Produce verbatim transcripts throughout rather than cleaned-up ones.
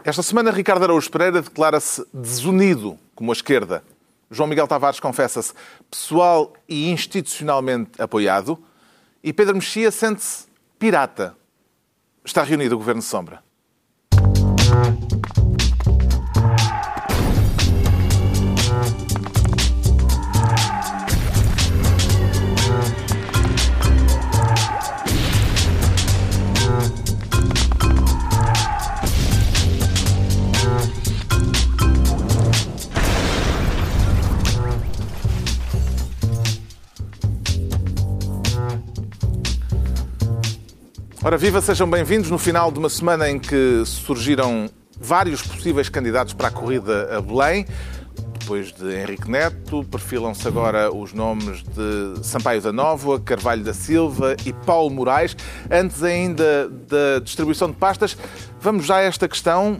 Esta semana, Ricardo Araújo Pereira declara-se desunido como a esquerda. João Miguel Tavares confessa-se pessoal e institucionalmente apoiado. E Pedro Mexia sente-se pirata. Está reunido o Governo de Sombra. Ora, viva, sejam bem-vindos no final de uma semana em que surgiram vários possíveis candidatos para a corrida a Belém. Depois de Henrique Neto, perfilam-se agora os nomes de Sampaio da Nóvoa, Carvalho da Silva e Paulo Moraes. Antes ainda da distribuição de pastas, vamos já a esta questão.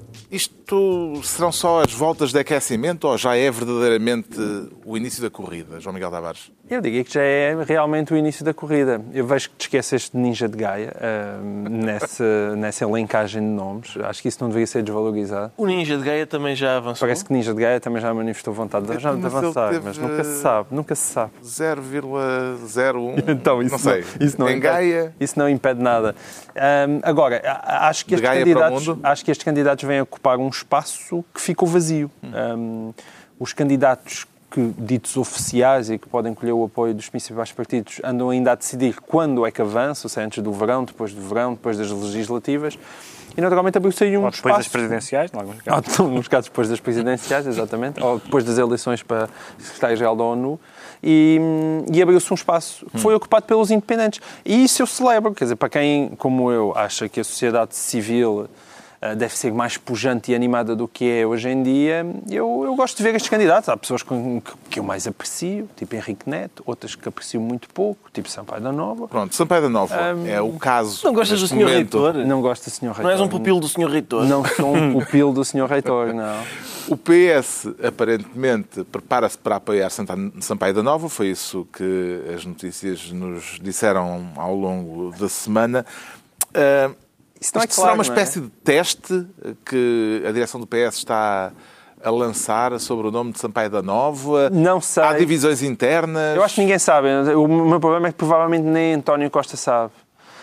Isto serão só as voltas de aquecimento ou já é verdadeiramente o início da corrida, João Miguel Tavares? Eu diria que já é realmente o início da corrida. Eu vejo que te esqueceste de Ninja de Gaia uh, nessa, nessa elencagem de nomes. Acho que isso não deveria ser desvalorizado. O Ninja de Gaia também já avançou. Parece que Ninja de Gaia também já manifestou vontade de, já de avançar, mas nunca se sabe. Nunca se sabe. zero vírgula zero um. Então, isso não sei. Não, isso não em impede, Gaia. Isso não impede nada. Um, agora, acho que, estes candidatos, acho que estes candidatos vêm ocupar um espaço que ficou vazio. Hum. Um, os candidatos que, ditos oficiais e que podem colher o apoio dos principais partidos, andam ainda a decidir quando é que avança, se é antes do verão, depois do verão, depois das legislativas. E, naturalmente, abriu-se aí um ou espaço... depois das presidenciais, em alguns casos. Ou, em alguns casos, depois das presidenciais, exatamente. Ou depois das eleições para secretário-geral da ONU. E, e abriu-se um espaço que foi ocupado pelos independentes. E isso eu celebro. Quer dizer, para quem, como eu, acha que a sociedade civil deve ser mais pujante e animada do que é hoje em dia, eu, eu gosto de ver estes candidatos. Há pessoas que, que eu mais aprecio, tipo Henrique Neto, outras que aprecio muito pouco, tipo Sampaio da Nóvoa. Pronto, Sampaio da Nóvoa um, é o caso. Não gostas do senhor Reitor? Não gosto do senhor Reitor. Não és um pupilo do senhor Reitor? Não sou um pupilo do senhor Reitor, não. O P S, aparentemente, prepara-se para apoiar Sampaio da Nóvoa. Foi isso que as notícias nos disseram ao longo da semana. Uh, Isto é será claro, uma espécie é? de teste que a direção do P S está a lançar sobre o nome de Sampaio da Nóvoa? Não sei. Há divisões internas? Eu acho que ninguém sabe. O meu problema é que provavelmente nem António Costa sabe.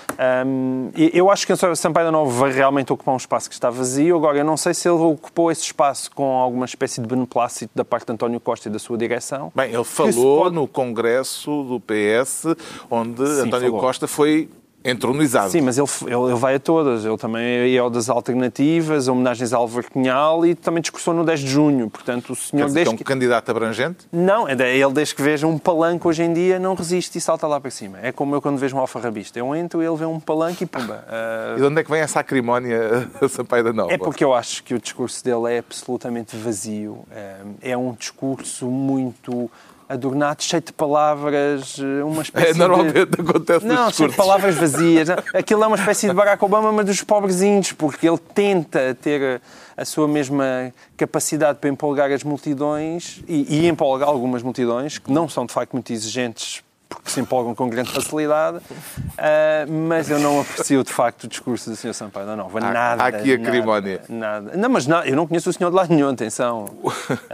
Um, eu acho que o Sampaio da Nóvoa vai realmente ocupar um espaço que está vazio. Agora, eu não sei se ele ocupou esse espaço com alguma espécie de beneplácito da parte de António Costa e da sua direção. Bem, ele falou pode... no Congresso do P S, onde Sim, António falou. Costa foi entronizado. Sim, mas ele, ele, ele vai a todas. Ele também é ao das alternativas, homenagens a Álvaro Cunhal e também discursou no dez de junho. Portanto, o senhor... Quer dizer, que é um que... candidato abrangente? Não, ele desde que veja um palanque hoje em dia não resiste e salta lá para cima. É como eu quando vejo um alfarrabista. Eu entro, ele vê um palanque e pumba. Uh... E de onde é que vem essa acrimónia a Sampaio da Nóvoa? É porque eu acho que o discurso dele é absolutamente vazio. É um discurso muito... adornado, cheio de palavras, uma espécie é, normalmente de... acontece Não, cheio de palavras vazias. Aquilo é uma espécie de Barack Obama, mas dos pobrezinhos, porque ele tenta ter a sua mesma capacidade para empolgar as multidões e, e empolgar algumas multidões, que não são, de facto, muito exigentes, porque se empolgam com grande facilidade, uh, mas eu não aprecio, de facto, o discurso do senhor Sampaio da Nóvoa. Nada. Há aqui a acrimónia. Nada, nada. Não, mas não, eu não conheço o senhor de lado nenhum, atenção. Uh,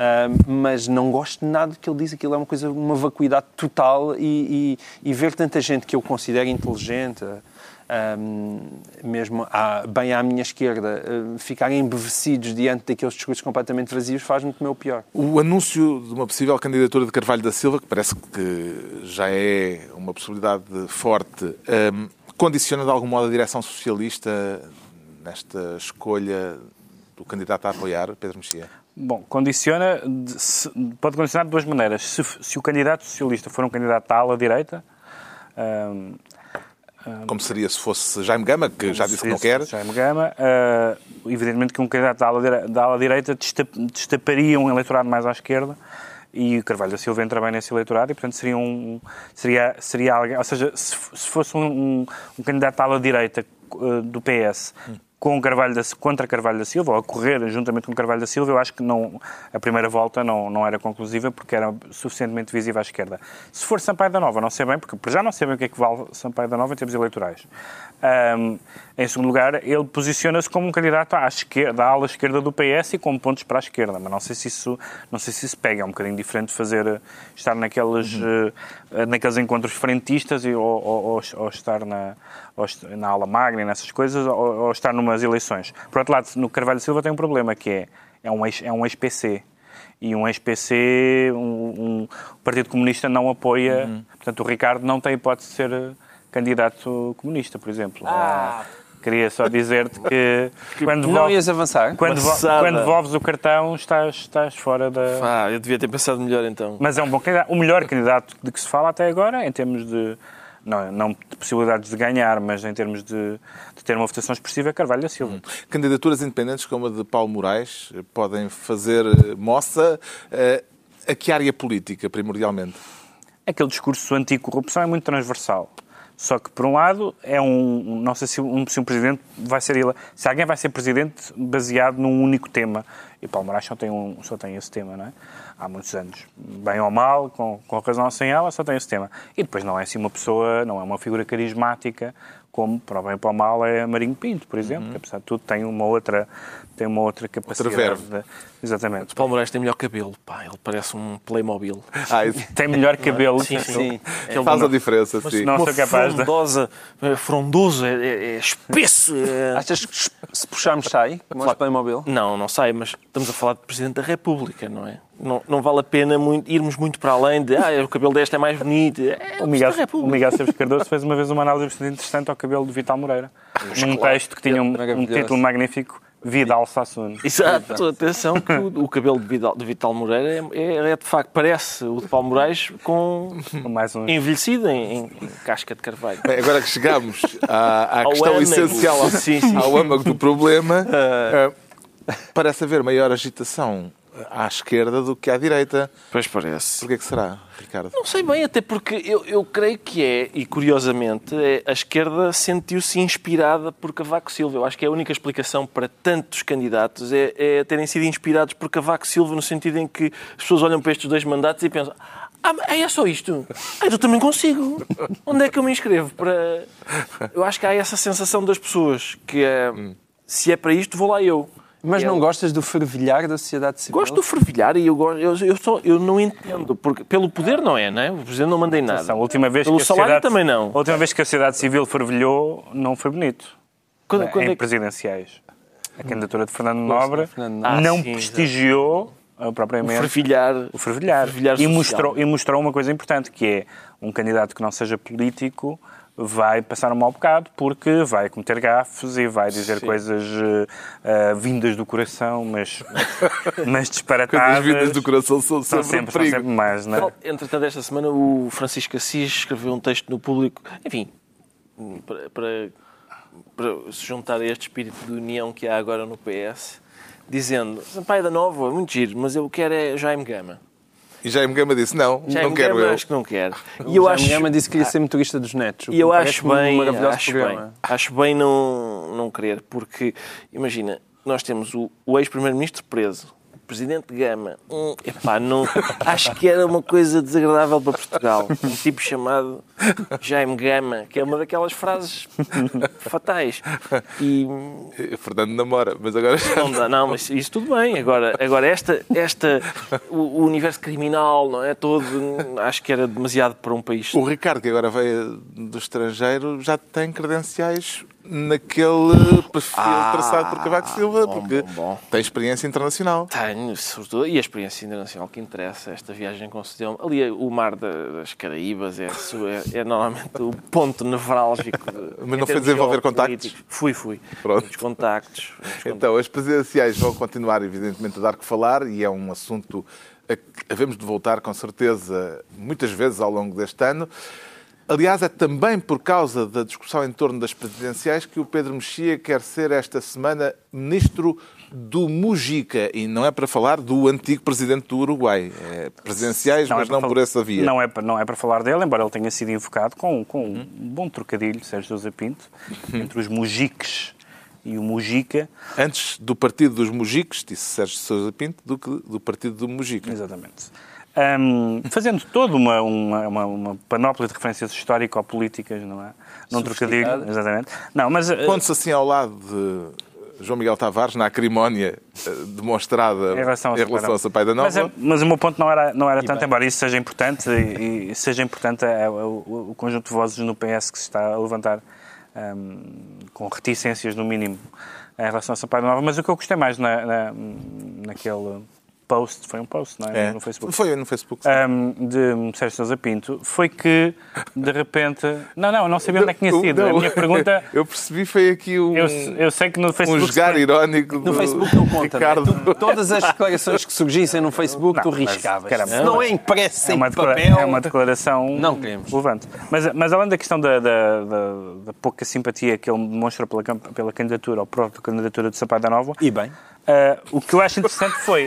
mas não gosto de nada do que ele diz. Aquilo é uma coisa, uma vacuidade total e, e, e ver tanta gente que eu considero inteligente, um, mesmo à, bem à minha esquerda, uh, ficarem embevecidos diante daqueles discursos completamente vazios faz-me comer o pior. O anúncio de uma possível candidatura de Carvalho da Silva, que parece que já é uma possibilidade forte, um, condiciona de algum modo a direção socialista nesta escolha do candidato a apoiar, Pedro Mexia? Bom, condiciona, pode condicionar de duas maneiras. Se, se o candidato socialista for um candidato da ala direita... Um, Como seria se fosse Jaime Gama, que já disse que não quer? Jaime Gama, uh, evidentemente que um candidato da ala, dire... da ala direita destaparia um eleitorado mais à esquerda e o Carvalho da Silva entra bem nesse eleitorado e, portanto, seria um... Seria, seria alguém... Ou seja, se, se fosse um, um, um candidato da ala direita uh, do P S... Hum. com Carvalho da, contra Carvalho da Silva, ou a correr juntamente com Carvalho da Silva, eu acho que não, a primeira volta não, não era conclusiva porque era suficientemente visível à esquerda. Se for Sampaio da Nova, não sei bem, porque já não sei bem o que é que vale Sampaio da Nova em termos eleitorais. Um, em segundo lugar, ele posiciona-se como um candidato à esquerda, à ala esquerda do P S e com pontos para a esquerda, mas não sei se isso, não sei se isso pega. É um bocadinho diferente de fazer, estar naqueles, uhum. uh, naqueles encontros frentistas e, ou, ou, ou estar na, ou na ala magna e nessas coisas, ou, ou estar numas eleições. Por outro lado, no Carvalho Silva tem um problema, que é, é um ex, é um ex-P C. E um ex-P C, um, um, o Partido Comunista não apoia, uhum. portanto o Ricardo não tem hipótese de ser candidato comunista, por exemplo. Ah. Queria só dizer-te que, que quando não ias avançar. Quando, vo, quando devolves o cartão, estás, estás fora da... Ah, eu devia ter pensado melhor então. Mas é um bom candidato. O melhor candidato de que se fala até agora, em termos de... Não, não de possibilidades de ganhar, mas em termos de, de ter uma votação expressiva, é Carvalho da Silva. Hum. Candidaturas independentes como a de Paulo Moraes podem fazer moça a que área política, primordialmente? Aquele discurso anticorrupção é muito transversal. Só que, por um lado, é um... Não sei se um, se um presidente vai ser... Ele, se alguém vai ser presidente baseado num único tema. E Paulo Moraes só tem, um, só tem esse tema, não é? Há muitos anos. Bem ou mal, com, com razão ou sem ela, só tem esse tema. E depois não é assim uma pessoa... Não é uma figura carismática, como, para o bem ou para o mal, é Marinho Pinto, por exemplo. Uhum. Que, apesar de tudo, tem uma outra... Tem uma outra capacidade. Outra verve. De, exatamente. O Paulo Moraes tem melhor cabelo. Pá, ele parece um Playmobil. Ah, isso... Tem melhor cabelo. Sim, sim. sim. É, faz a diferença, mas, sim. Não uma sou capaz frondosa, de... frondoso, é, é, é espesso. É... Achas que se puxarmos sai, como aos Playmobil? Não, não sai, mas estamos a falar de Presidente da República, não é? Não, não vale a pena muito, irmos muito para além de ah, o cabelo deste é mais bonito. É o, Miguel, o Miguel Esteves Cardoso fez uma vez uma análise bastante interessante ao cabelo de Vital Moreira. Mas, num claro, texto que tinha um, um título magnífico, Vidal Sassoon. Exato, atenção que o, o cabelo de Vital, de Vital Moreira é, é, é de facto, parece o de Paulo Moraes com mais um... envelhecido em, em, em casca de carvalho. Bem, agora que chegamos à, à ao questão âmago. essencial, ao, sim, sim. ao âmago do problema, uh, parece haver maior agitação à esquerda do que à direita. Pois parece. Porquê que será, Ricardo? Não sei bem, até porque eu, eu creio que é, e curiosamente, é, a esquerda sentiu-se inspirada por Cavaco Silva. Eu acho que é a única explicação para tantos candidatos é, é terem sido inspirados por Cavaco Silva, no sentido em que as pessoas olham para estes dois mandatos e pensam ah, é só isto? Ah, eu também consigo. Onde é que eu me inscrevo? Para... Eu acho que há essa sensação das pessoas que é, se é para isto, vou lá eu. Mas e não ela... gostas do fervilhar da sociedade civil? Gosto do fervilhar e eu, gosto, eu, eu, só, eu não entendo. Porque pelo poder não é, não é? O Presidente não mandei nada. A última vez pelo que a salário sociedade, também não. A última vez que a sociedade civil fervilhou não foi bonito. Quando, quando em é... presidenciais. A candidatura de Fernando Nobre Fernando ah, não sim, prestigiou uh, propriamente... O fervilhar. O fervilhar. O fervilhar e, mostrou, e mostrou uma coisa importante, que é um candidato que não seja político vai passar um mau bocado porque vai cometer gafes e vai dizer Sim. coisas uh, vindas do coração, mas, mas disparatadas. Coisas vindas do coração são sempre, são sempre, um perigo. São sempre mais, não é? Entretanto, esta semana o Francisco Assis escreveu um texto no Público, enfim, para, para, para se juntar a este espírito de união que há agora no P S, dizendo, Sampaio da Nova, muito giro, mas eu quero é Jaime Gama. E Jaime Gama disse, não, Jaime não quero Gama, eu. acho que não quero. E eu Jaime acho... Gama disse que ia ser motorista dos netos. E eu acho bem, um acho bem, acho bem não, não querer, porque, imagina, nós temos o, o ex-primeiro-ministro preso, o presidente Gama, hum, epá, não, acho que era uma coisa desagradável para Portugal. Um tipo chamado Jaime Gama, que é uma daquelas frases fatais. E... Fernando namora, mas agora já... Não, dá, não, mas isso tudo bem. Agora, agora esta, esta, o, o universo criminal, não é todo, acho que era demasiado para um país. O Ricardo, que agora veio do estrangeiro, já tem credenciais naquele perfil ah, traçado por Cavaco Silva, bom, porque bom, bom. tem experiência internacional. Tenho, sobretudo, e a experiência internacional que interessa, esta viagem concedeu-me. Ali, o mar das Caraíbas é, é, é normalmente o ponto nevrálgico. De, Mas não foi desenvolver contactos? Fui, fui. Pronto. Muitos contactos. Muitos então, contactos. As presidenciais vão continuar, evidentemente, a dar que falar e é um assunto a que havemos de voltar, com certeza, muitas vezes ao longo deste ano. Aliás, é também por causa da discussão em torno das presidenciais que o Pedro Mexia quer ser esta semana ministro do Mujica. E não é para falar do antigo presidente do Uruguai. É presidenciais, não mas é não por essa via. Não é, para, não é para falar dele, embora ele tenha sido invocado com, com um bom trocadilho, Sérgio Sousa Pinto, entre os Mujiques e o Mujica. Antes do Partido dos Mujicos, disse Sérgio Sousa Pinto, do que do Partido do Mujica. Exatamente. Um, fazendo toda uma, uma, uma, uma panóplia de referências histórico-políticas, não é? Num trocadilho, exatamente. Não, mas... Pondo-se assim ao lado de João Miguel Tavares, na acrimónia demonstrada em relação, em relação ao Sampaio da Nova. Mas, mas o meu ponto não era, não era tanto, bem. embora isso seja importante, e, e seja importante é, o, o, o conjunto de vozes no P S que se está a levantar um, com reticências, no mínimo, em relação ao Sampaio da Nova. Mas o que eu gostei mais na, na, naquele... post, foi um post, não é? é? No Facebook. Foi no Facebook. Um, de Sérgio Sousa Pinto, foi que, de repente... Não, não, não sabia onde é que tinha sido. Não, a minha pergunta... Eu percebi, foi aqui um... Eu, eu sei que no Facebook... Um jogar irónico do No Facebook não conta, Ricardo. né? Tu, todas as declarações que surgissem no Facebook, Não, tu mas, riscavas. caramba, não é impresso é em uma, papel. é uma declaração Não queremos. relevante. Mas, mas além da questão da, da, da, da pouca simpatia que ele demonstra pela, pela candidatura, ou própria candidatura de Sampaio da Nova... E bem. Uh, o que eu acho interessante foi...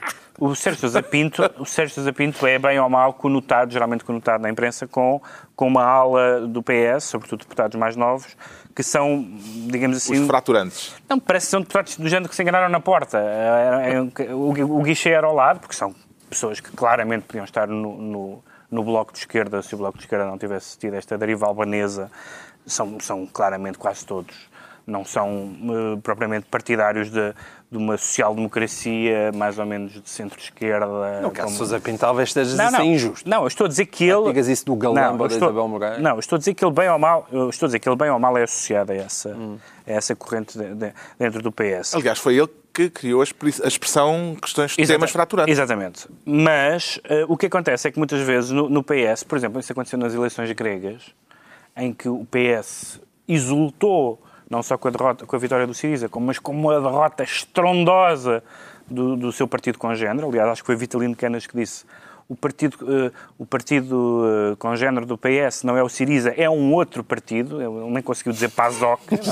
O Sérgio Sousa Pinto, o Sérgio Sousa Pinto é bem ou mal conotado, geralmente conotado na imprensa, com, com uma ala do P S, sobretudo deputados mais novos, que são, digamos assim... Os fraturantes. Não, parece que são deputados do género que se enganaram na porta. É, é, o, o guichê era ao lado, porque são pessoas que claramente podiam estar no, no, no Bloco de Esquerda, se o Bloco de Esquerda não tivesse tido esta deriva albanesa. São, são claramente quase todos. Não são uh, propriamente partidários de, de uma social-democracia mais ou menos de centro-esquerda. Não, caso como... Sousa Pinto talvez estejas não, a ser não, injusto. Não, eu estou a dizer que ele... Digas isso do Galamba ou da estou... Isabel Moreira. Não, eu estou a dizer que ele bem ou mal, eu estou a dizer que ele bem ou mal é associado a essa, hum. a essa corrente de, de, dentro do P S. Aliás, foi ele que criou a expressão questões de temas fraturantes. Exatamente. Mas uh, o que acontece é que muitas vezes no, no P S, por exemplo, isso aconteceu nas eleições gregas, em que o P S exultou não só com a, derrota, com a vitória do Syriza, mas com uma derrota estrondosa do, do seu partido congénero. Aliás, acho que foi Vitalino Canas que disse o partido, uh, o partido uh, congénero do P S não é o Syriza, é um outro partido. Ele nem conseguiu dizer PASOK, não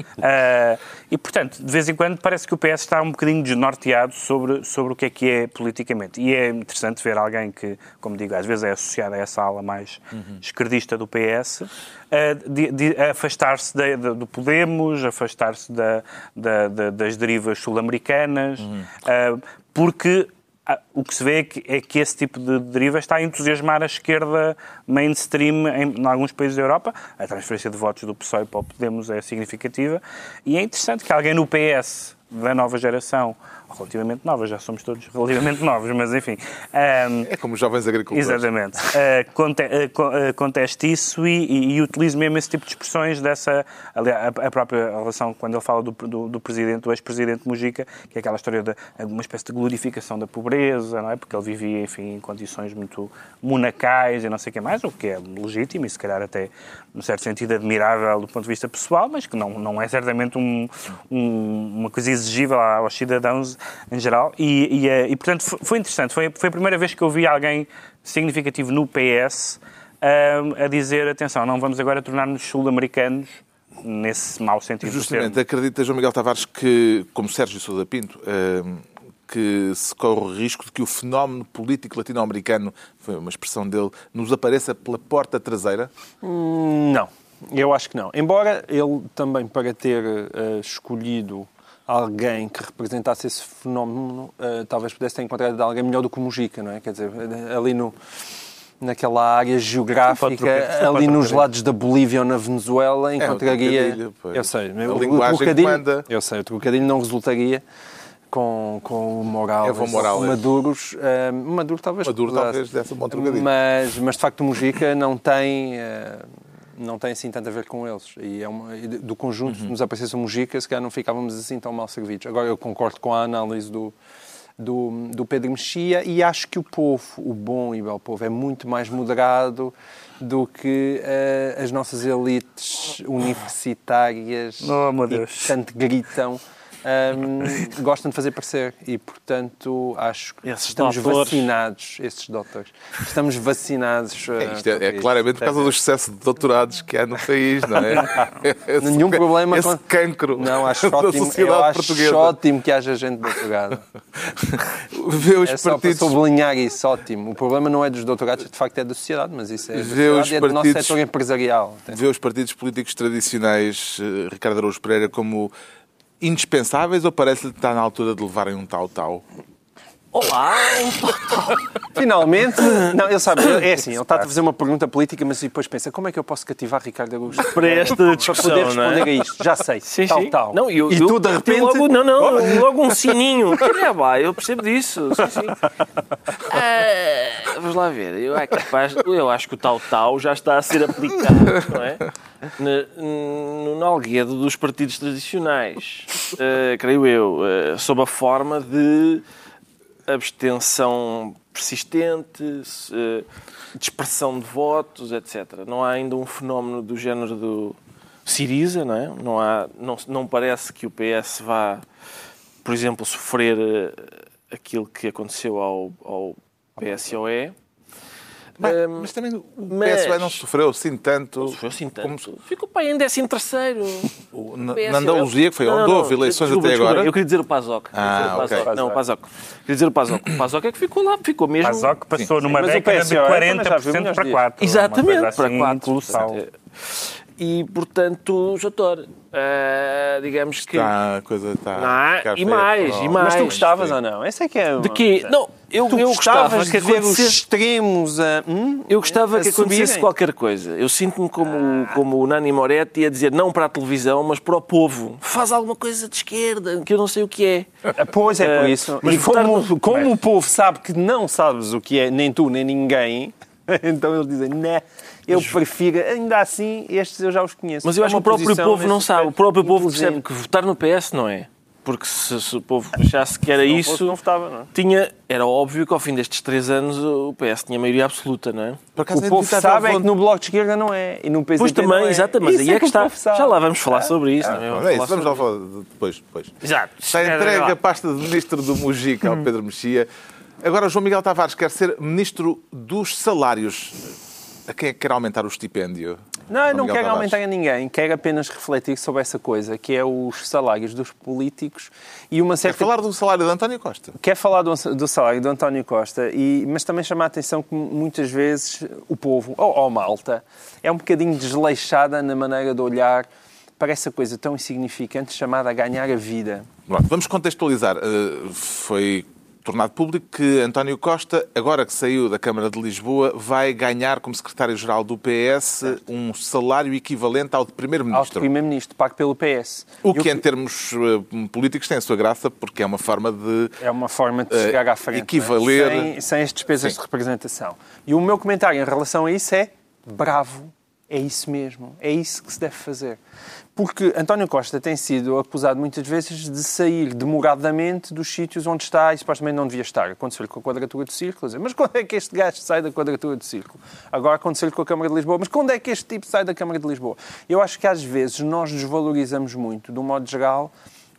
é? Uh, e, portanto, de vez em quando parece que o P S está um bocadinho desnorteado sobre, sobre o que é que é politicamente. E é interessante ver alguém que, como digo, às vezes é associado a essa ala mais uhum. esquerdista do P S, uh, de, de afastar-se de, de, do Podemos, afastar-se da, da, da, das derivas sul-americanas, uhum. uh, porque... O que se vê é que, é que esse tipo de deriva está a entusiasmar a esquerda mainstream em, em alguns países da Europa. A transferência de votos do P SOE para o Podemos é significativa. E é interessante que alguém no P S da nova geração, relativamente nova, já somos todos relativamente novos, mas enfim... Um, é como os jovens agricultores. Exatamente. Uh, conte, uh, conteste isso e, e, e utilize mesmo esse tipo de expressões dessa... Aliás, a, a própria relação, quando ele fala do, do, do presidente, do ex-presidente Mujica, que é aquela história de uma espécie de glorificação da pobreza, não é? Porque ele vivia, enfim, em condições muito monacais e não sei o que mais, o que é legítimo e se calhar até, num certo sentido, admirável do ponto de vista pessoal, mas que não, não é certamente um, um, uma coisa exigível aos cidadãos em geral, e, e, e portanto foi interessante, foi, foi a primeira vez que eu vi alguém significativo no P S um, a dizer, atenção, não vamos agora tornar-nos sul-americanos nesse mau sentido. Justamente, acredita João Miguel Tavares que, como Sérgio Sousa Pinto, um, que se corre o risco de que o fenómeno político latino-americano, foi uma expressão dele, nos apareça pela porta traseira? Hum, não, eu acho que não. Embora ele também, para ter uh, escolhido alguém que representasse esse fenómeno, uh, talvez pudesse ter encontrado alguém melhor do que o Mujica, não é? Quer dizer, ali no, naquela área geográfica, ali nos lados da Bolívia ou na Venezuela, encontraria... É, o eu sei, a o, linguagem o trocadilho, manda. Eu sei, o trocadilho não resultaria com, com o Morales, Evo Morales. Maduros. Uh, Maduro talvez... Maduro talvez desse um bom trocadilho. Mas, mas, de facto, o Mujica não tem... Uh, não tem assim tanto a ver com eles. E é uma, do conjunto, uhum. se nos aparecesse o Mujica, se calhar não ficávamos assim tão mal servidos. Agora, eu concordo com a análise do, do, do Pedro Mexia e acho que o povo, o bom e belo povo, é muito mais moderado do que uh, as nossas elites universitárias oh, meu Deus. que tanto gritam. Um, gostam de fazer parecer e, portanto, acho que esses estamos doutores. vacinados, esses doutores, estamos vacinados. Uh, é, isto é, é claramente por causa do excesso de doutorados que há no país, não é? Esse, Nenhum problema esse com... cancro não, acho da ótimo, sociedade eu acho portuguesa. ótimo que haja gente doutorada. Vê os é só partidos... para sublinhar isso, ótimo. O problema não é dos doutorados, de facto é da sociedade, mas isso é, Vê os é partidos... do nosso setor empresarial. Vê os partidos políticos tradicionais, Ricardo Araújo Pereira, como indispensáveis ou parece-lhe que está na altura de levarem um tal-tal? Olá! Finalmente, não, ele sabe, é assim, ele está a fazer uma pergunta política, mas depois pensa, como é que eu posso cativar Ricardo Araújo Para esta discussão, para poder responder não é? a isto? Já sei, Sim, tal, sim. tal. Não, eu, e eu, tu, de eu repente... Logo, não, não, logo um sininho. É, vai, eu percebo disso. Sim, sim. Ah, vamos lá ver. Eu, é capaz, eu acho que o tal-tal já está a ser aplicado, não é? Na, no nalguedo dos partidos tradicionais, uh, creio eu, uh, sob a forma de abstenção persistente, uh, dispersão de votos, etcétera. Não há ainda um fenómeno do género do Siriza, não é? Não, há, não, não parece que o P S vá, por exemplo, sofrer uh, aquilo que aconteceu ao, ao P S O E. Mas, Um, mas também o mas- P S O E não sofreu assim tanto. Não sofreu assim tanto. Como se- Ficou para aí em décimo terceiro. o- na, na Andaluzia, que foi onde houve eleições desculpa, até desculpa, agora. Eu queria dizer o PASOK. Eu queria dizer Ah, o PASOK. ok. Não, o PASOK. Queria dizer o PASOK. O PASOK é que ficou lá, ficou mesmo... PASOK passou numa Mas o década de P S O E quarenta por também já viu cento melhores para dias. quatro. Exatamente, Uma coisa para assim quatro. colossal. E, portanto, Jotor, uh, digamos que... Está, a coisa está. Não, a ficar e feia mais, para o- e mais. Mas tu gostavas ou não? Esse é que é... De quê? Não, eu, Tu eu gostava gostavas que de ver os acontecesse... extremos a... Hum? Eu gostava a que acontecesse subirem? qualquer coisa. Eu sinto-me como, como o Nani Moretti a dizer não para a televisão, mas para o povo. Faz alguma coisa de esquerda, que eu não sei o que é. Ah, Pois é, por Eh, isso. mas E como, votar- como o povo sabe que não sabes o que é, nem tu, nem ninguém, então eles dizem, né, eu prefiro, ainda assim, estes eu já os conheço. Mas eu É acho que uma o próprio posição povo não nesse sabe. O aspecto próprio povo inteligente. percebe que votar no P S não é. Porque se, se o povo achasse que era Se não isso, fosse, não votava, não é? tinha, era óbvio que ao fim destes três anos o P S tinha maioria absoluta, não é? Por acaso, O povo inevitável sabe é que voto- no Bloco de Esquerda não é. E no P C P Pois também, não é. exatamente, mas Isso aí é que o está. povo sabe. Já lá vamos falar sobre isso. não é? Não é isso, vamos sobre lá falar de- depois. depois. Exato. Está entregue a pasta de Ministro do Mujica ao Pedro Mexia. Agora, João Miguel Tavares quer ser Ministro dos Salários. A quem é que quer aumentar o estipêndio? Não, eu João não Miguel quero Tavares. aumentar a ninguém. Quero apenas refletir sobre essa coisa, que é os salários dos políticos e uma Quer certa... falar do salário de António Costa? Quer falar do, do salário do António Costa, e, mas também chamar a atenção que muitas vezes o povo, ou, ou malta, é um bocadinho desleixada na maneira de olhar para essa coisa tão insignificante chamada a ganhar a vida. Pronto, vamos contextualizar. Uh, foi tornado público que António Costa, agora que saiu da Câmara de Lisboa, vai ganhar como secretário-geral do P S um salário equivalente ao de Ao primeiro-ministro. primeiro-ministro, pago pelo P S. O E que, em termos uh, políticos, tem a sua graça, porque é uma forma de... É uma forma de Eh, chegar à frente. equivaler- não é? Sem, sem as despesas Sim. de representação. E o meu comentário em relação a isso é bravo. É isso mesmo. É isso que se deve fazer. Porque António Costa tem sido acusado muitas vezes de sair demoradamente dos sítios onde está e supostamente não devia estar. Aconteceu-lhe com a quadratura do círculo. Mas quando é que este gajo sai da quadratura do círculo? Agora aconteceu-lhe com a Câmara de Lisboa. Mas quando é que este tipo sai da Câmara de Lisboa? Eu acho que às vezes nós desvalorizamos muito, de um modo geral,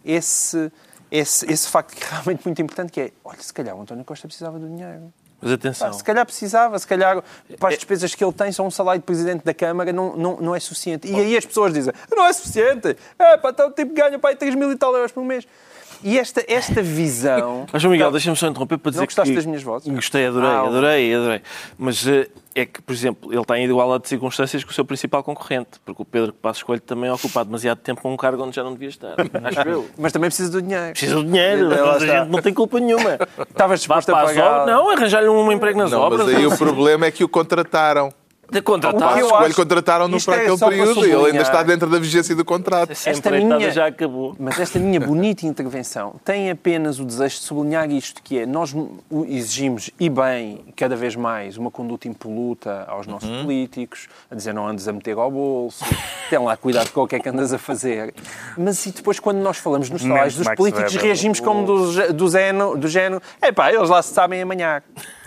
esse, esse, esse facto que é realmente muito importante, que é, olha, se calhar o António Costa precisava do dinheiro. Mas atenção. Pá, se calhar precisava, se calhar para as despesas que ele tem, só um salário de Presidente da Câmara não, não, não é suficiente. E aí as pessoas dizem, não é suficiente, é, pá, então o tipo ganha pá, três mil e tal euros por mês. E esta, esta visão... Mas, João Miguel, deixa-me só interromper para dizer Não gostaste que... das minhas vozes? Gostei, adorei, Ah, adorei, adorei. Mas eh, é que, por exemplo, ele está em igualdade de circunstâncias com o seu principal concorrente, porque o Pedro Passos Coelho também ocupa demasiado tempo a um cargo onde já não devia estar. Acho eu. Mas também precisa do dinheiro. Precisa do dinheiro, Lá mas a está. gente não tem culpa nenhuma. Estavas Vá disposto a para as pagar... obras, não, arranjar-lhe um emprego nas Não, obras. mas aí o problema é que o contrataram. De O contratar. eu Passos acho- Coelho contrataram-no isto para é aquele só para período e ele ainda sublinhar. está dentro da vigência do contrato. Essa Esta empreitada minha- já acabou. Mas esta minha bonita intervenção tem apenas o desejo de sublinhar isto, que é, nós exigimos, e bem, cada vez mais, uma conduta impoluta aos nossos Uhum. políticos, a dizer não andes a meter ao bolso, tem lá cuidado com o que é que andas a fazer. Mas e depois, quando nós falamos nos salários Menos dos Max políticos, Weber. reagimos como do, do, género, do género, é pá, eles lá se sabem amanhar.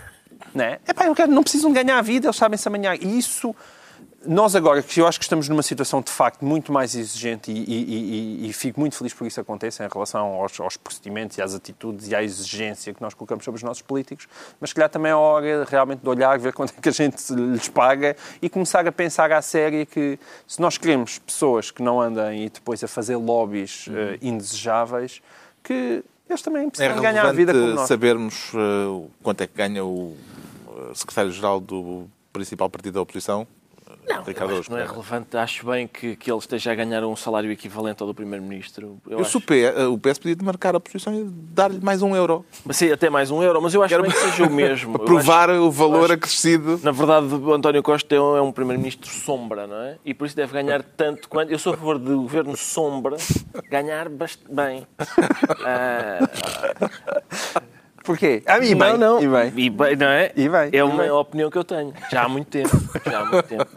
Não é? É pá, eu quero, não precisam de ganhar a vida, eles sabem-se amanhar. E isso... Nós agora, que eu acho que estamos numa situação de facto muito mais exigente e, e, e, e fico muito feliz por isso aconteça em relação aos, aos procedimentos e às atitudes e à exigência que nós colocamos sobre os nossos políticos, mas se calhar também é a hora realmente de olhar, ver quanto é que a gente lhes paga e começar a pensar à séria que se nós queremos pessoas que não andem e depois a fazer lobbies uh, indesejáveis, que eles também É precisam de ganhar a vida como relevante nós. sabermos uh, quanto é que ganha o uh, secretário-geral do principal partido da oposição, Não, Ricardo eu Araújo acho que não é Pereira. relevante. Acho bem que, que ele esteja a ganhar um salário equivalente ao do Primeiro-Ministro. Eu Eu acho- sou o P, o P S podia marcar a posição e dar-lhe mais um euro. Mas sim, até mais um euro, mas eu acho Quero- bem que seja o mesmo. Para Eu provar acho- o valor eu acho- acrescido. Na verdade, o António Costa é um, é um Primeiro-Ministro sombra, não é? E por isso deve ganhar tanto quanto... Eu sou a favor de governo sombra ganhar bastante bem. Ah, Porquê? Ah, e bem, não, não. E bem. E bem, não é? E bem, É e uma bem. opinião que eu tenho. Já há muito tempo. Já há muito tempo.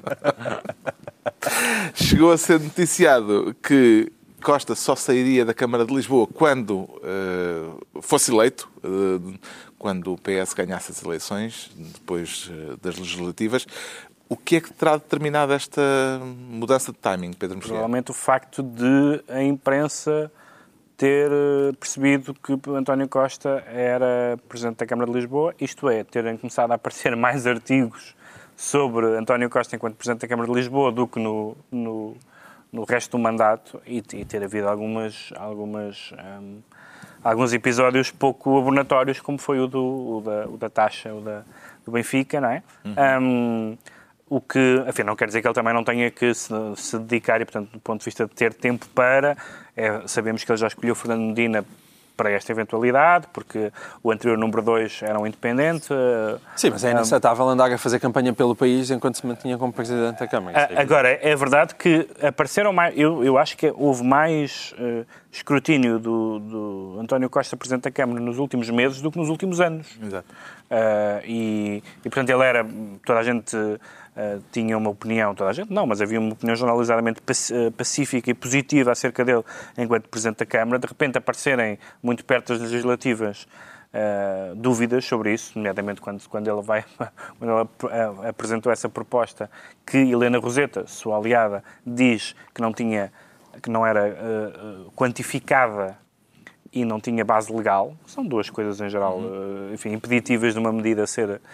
Chegou a ser noticiado que Costa só sairia da Câmara de Lisboa quando eh, fosse eleito, eh, quando o P S ganhasse as eleições, depois eh, das legislativas. O que é que terá determinado esta mudança de timing, Pedro Mexia? Provavelmente o facto de a imprensa ter eh, percebido que António Costa era Presidente da Câmara de Lisboa, isto é, terem começado a aparecer mais artigos sobre António Costa enquanto Presidente da Câmara de Lisboa do que no, no, no resto do mandato e, e ter havido algumas, algumas, hum, alguns episódios pouco abonatórios, como foi o, do, o, da, o da taxa, o da, do Benfica, não é? Uhum. Um, O que, enfim, não quer dizer que ele também não tenha que se, se dedicar e, portanto, do ponto de vista de ter tempo para... É, sabemos que ele já escolheu Fernando Medina para esta eventualidade, porque o anterior número dois era um independente. Sim, mas é inaceitável andar a fazer campanha pelo país enquanto se mantinha como Presidente da Câmara. Ah, agora, é verdade que apareceram mais... Eu, eu acho que houve mais uh, escrutínio do, do António Costa, Presidente da Câmara, nos últimos meses do que nos últimos anos. Exato. Uh, e, e, portanto, ele era... Toda a gente... Uh, tinha uma opinião, toda a gente não, mas havia uma opinião generalizadamente pacífica e positiva acerca dele enquanto Presidente da Câmara. De repente aparecerem muito perto das legislativas uh, dúvidas sobre isso, nomeadamente quando, quando ele, vai, quando ele ap apresentou essa proposta que Helena Roseta, sua aliada, diz que não, tinha, que não era uh, quantificada e não tinha base legal. São duas coisas em geral, uhum. uh, enfim, impeditivas de uma medida ser, uh,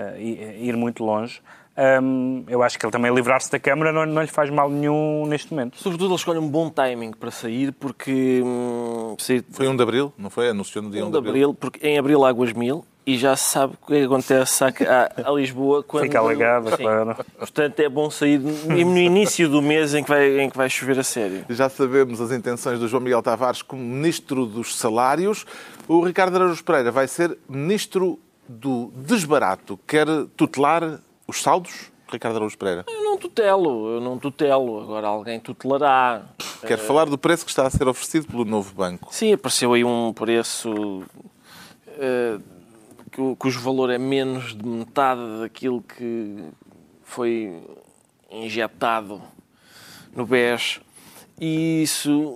ir muito longe. Um, eu acho que ele também livrar-se da Câmara não, não lhe faz mal nenhum neste momento. Sobretudo ele escolhe um bom timing para sair, porque... Hum, sair... Foi um de Abril, não foi? Anunciou no dia um um de Abril, porque em Abril Águas Mil, e já se sabe o que acontece a, a, a Lisboa quando... Fica alagada, sim. claro. Portanto, é bom sair no início do mês em que vai, em que vai chover a sério. Já sabemos as intenções do João Miguel Tavares como Ministro dos Salários. O Ricardo Araújo Pereira vai ser Ministro do Desbarato. Quer tutelar os saldos, Ricardo Araújo Pereira? Eu não tutelo, eu não tutelo. Agora alguém tutelará. Quer falar do preço que está a ser oferecido pelo novo banco? Sim, apareceu aí um preço uh, que, cujo valor é menos de metade daquilo que foi injetado no B E S. E isso...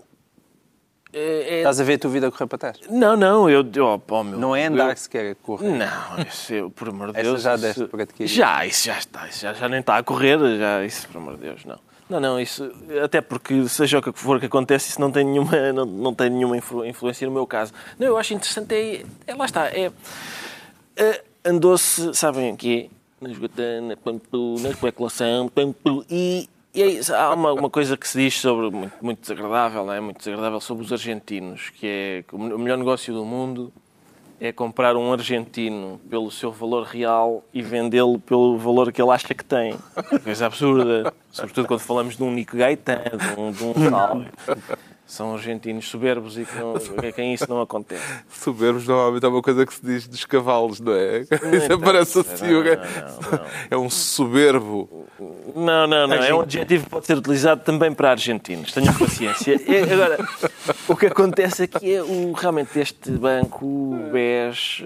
É, é... Estás a ver a tua vida correr para trás? Não, não, eu... Oh, oh, meu, Não é andar eu... que se quer correr. Não, isso, eu, por amor de Essa Deus... já isso... deste para adquirir. Já, isso já está. Isso já, já nem está a correr. Já, isso, por amor de Deus, não. Não, não, isso... Até porque, seja o que for que acontece, isso não tem nenhuma, não, não tem nenhuma influ, influência no meu caso. Não, eu acho interessante é... é lá está, é... é andou-se, sabem o quê? Na esgotana, na especulação, e... E aí, há uma, uma coisa que se diz sobre, muito, muito desagradável, não é? Muito desagradável sobre os argentinos, que é que o melhor negócio do mundo é comprar um argentino pelo seu valor real e vendê-lo pelo valor que ele acha que tem. Coisa absurda. Sobretudo quando falamos de um Nico Gaetan, de um, de um tal. São argentinos soberbos e que não, a quem isso não acontece. Soberbos normalmente é uma coisa que se diz dos cavalos, não é? Isso parece assim. Não, não, não. É um soberbo. Não, não, não. É um adjetivo que pode ser utilizado também para argentinos. Tenham paciência. E, agora, o que acontece aqui é o, realmente este banco, o B E S,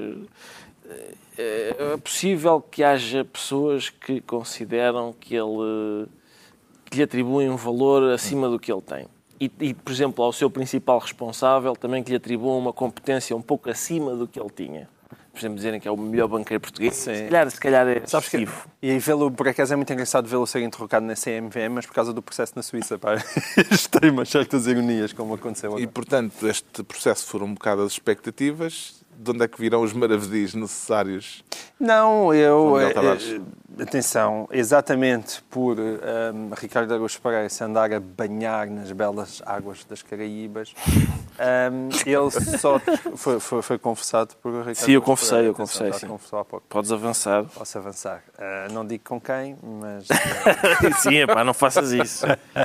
é possível que haja pessoas que consideram que ele que lhe atribuem um valor acima do que ele tem. E, e, por exemplo, ao seu principal responsável também que lhe atribuam uma competência um pouco acima do que ele tinha. Por exemplo, dizerem que é o melhor banqueiro português. Sim. Se calhar, se calhar é Sabes que, e vê-lo, por acaso, é muito engraçado vê-lo ser interrogado na C M V M, mas por causa do processo na Suíça, pá. Isto tem umas certas ironias, como aconteceu agora. E, portanto, este processo foram um bocado as expectativas. de onde é que virão os maravedis necessários? Não, eu... João Miguel Tavares. eh, atenção, exatamente por um, Ricardo Araújo Pereira se andar a banhar nas belas águas das Caraíbas, um, ele só foi, foi, foi confessado por Ricardo Sim, eu Araújo confessei, Pereira. eu confessei, Atenção, já sim. confessou há pouco. Podes avançar. Posso avançar. Uh, não digo com quem, mas... Sim, epá, não faças isso.